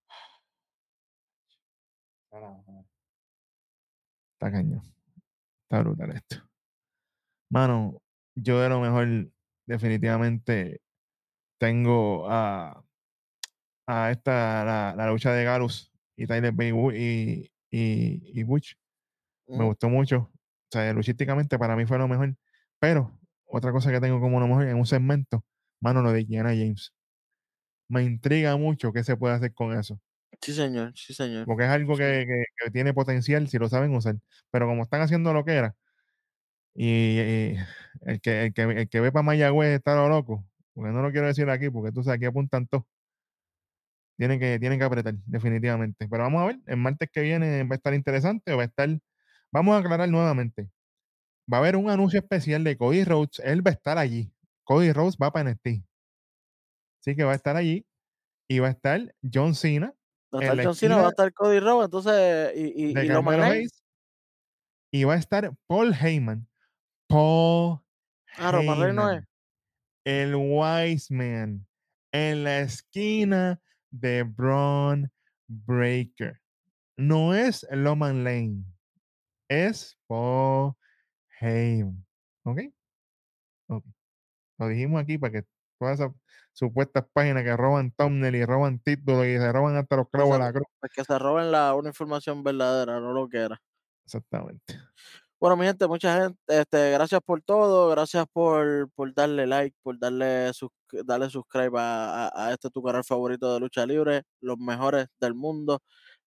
Está cañón. Está brutal esto. Mano, yo de lo mejor definitivamente tengo a la lucha de Galus y Tyler Bate y Butch. Me gustó mucho. O sea, luchísticamente para mí fue lo mejor. Pero otra cosa que tengo como lo mejor en un segmento, mano, lo de Kiana James. Me intriga mucho qué se puede hacer con eso. Sí, señor. Sí, señor. Porque es algo Sí. que tiene potencial si lo saben usar. Pero como están haciendo lo que era, y el que ve para Mayagüez está lo loco. Porque no lo quiero decir aquí, porque tú sabes, aquí apuntan todo. Tienen que apretar, definitivamente. Pero vamos a ver, el martes que viene va a estar interesante, va a estar. Vamos a aclarar nuevamente. Va a haber un anuncio especial de Cody Rhodes. Él va a estar allí. Cody Rhodes va para NXT. Así que va a estar allí. Y va a estar John Cena Va a en estar la John Cena, va a esquina estar Cody Rhodes, entonces, de y Loman Carmelo Hayes. Hayes. Y va a estar Paul Heyman. Paul Ah, Roman Reigns no es. Heyman. El Wise Man. En la esquina de Braun Breaker. No es Loman Lane. Es Paul Heyman. ¿Ok? Ok. Lo dijimos aquí para que todas esas supuestas páginas que roban thumbnail y roban títulos y se roban hasta los clavos de la cruz. Pues que se roben una información verdadera, no lo que era. Exactamente. Bueno, mi gente, mucha gente, gracias por todo, gracias por darle like, por darle subscribe a este tu canal favorito de lucha libre, los mejores del mundo,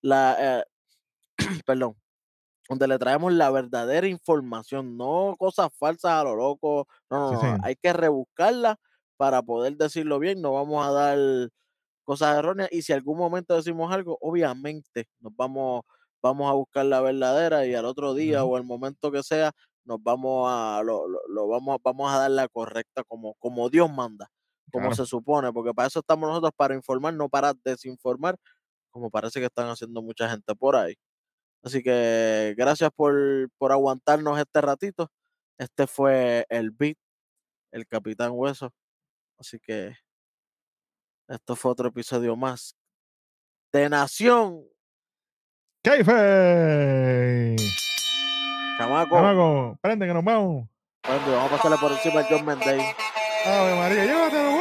perdón, donde le traemos la verdadera información, no cosas falsas a lo loco, Sí, no, señor. hay que rebuscarla para poder decirlo bien, no vamos a dar cosas erróneas y si algún momento decimos algo, obviamente vamos a buscar la verdadera y al otro día Ujú. o el momento que sea, nos vamos a dar la correcta como Dios manda, como Claro. se supone, porque para eso estamos nosotros, para informar, no para desinformar, como parece que están haciendo mucha gente por ahí. Así que gracias por aguantarnos este ratito. Este fue el Beat, el Capitán Hueso. Así que esto fue otro episodio más de Nación. ¡Keife! Chamaco, Chamaco, prende que nos vamos. vamos a pasarle por encima a John Mendey. Ave María, llévatelo,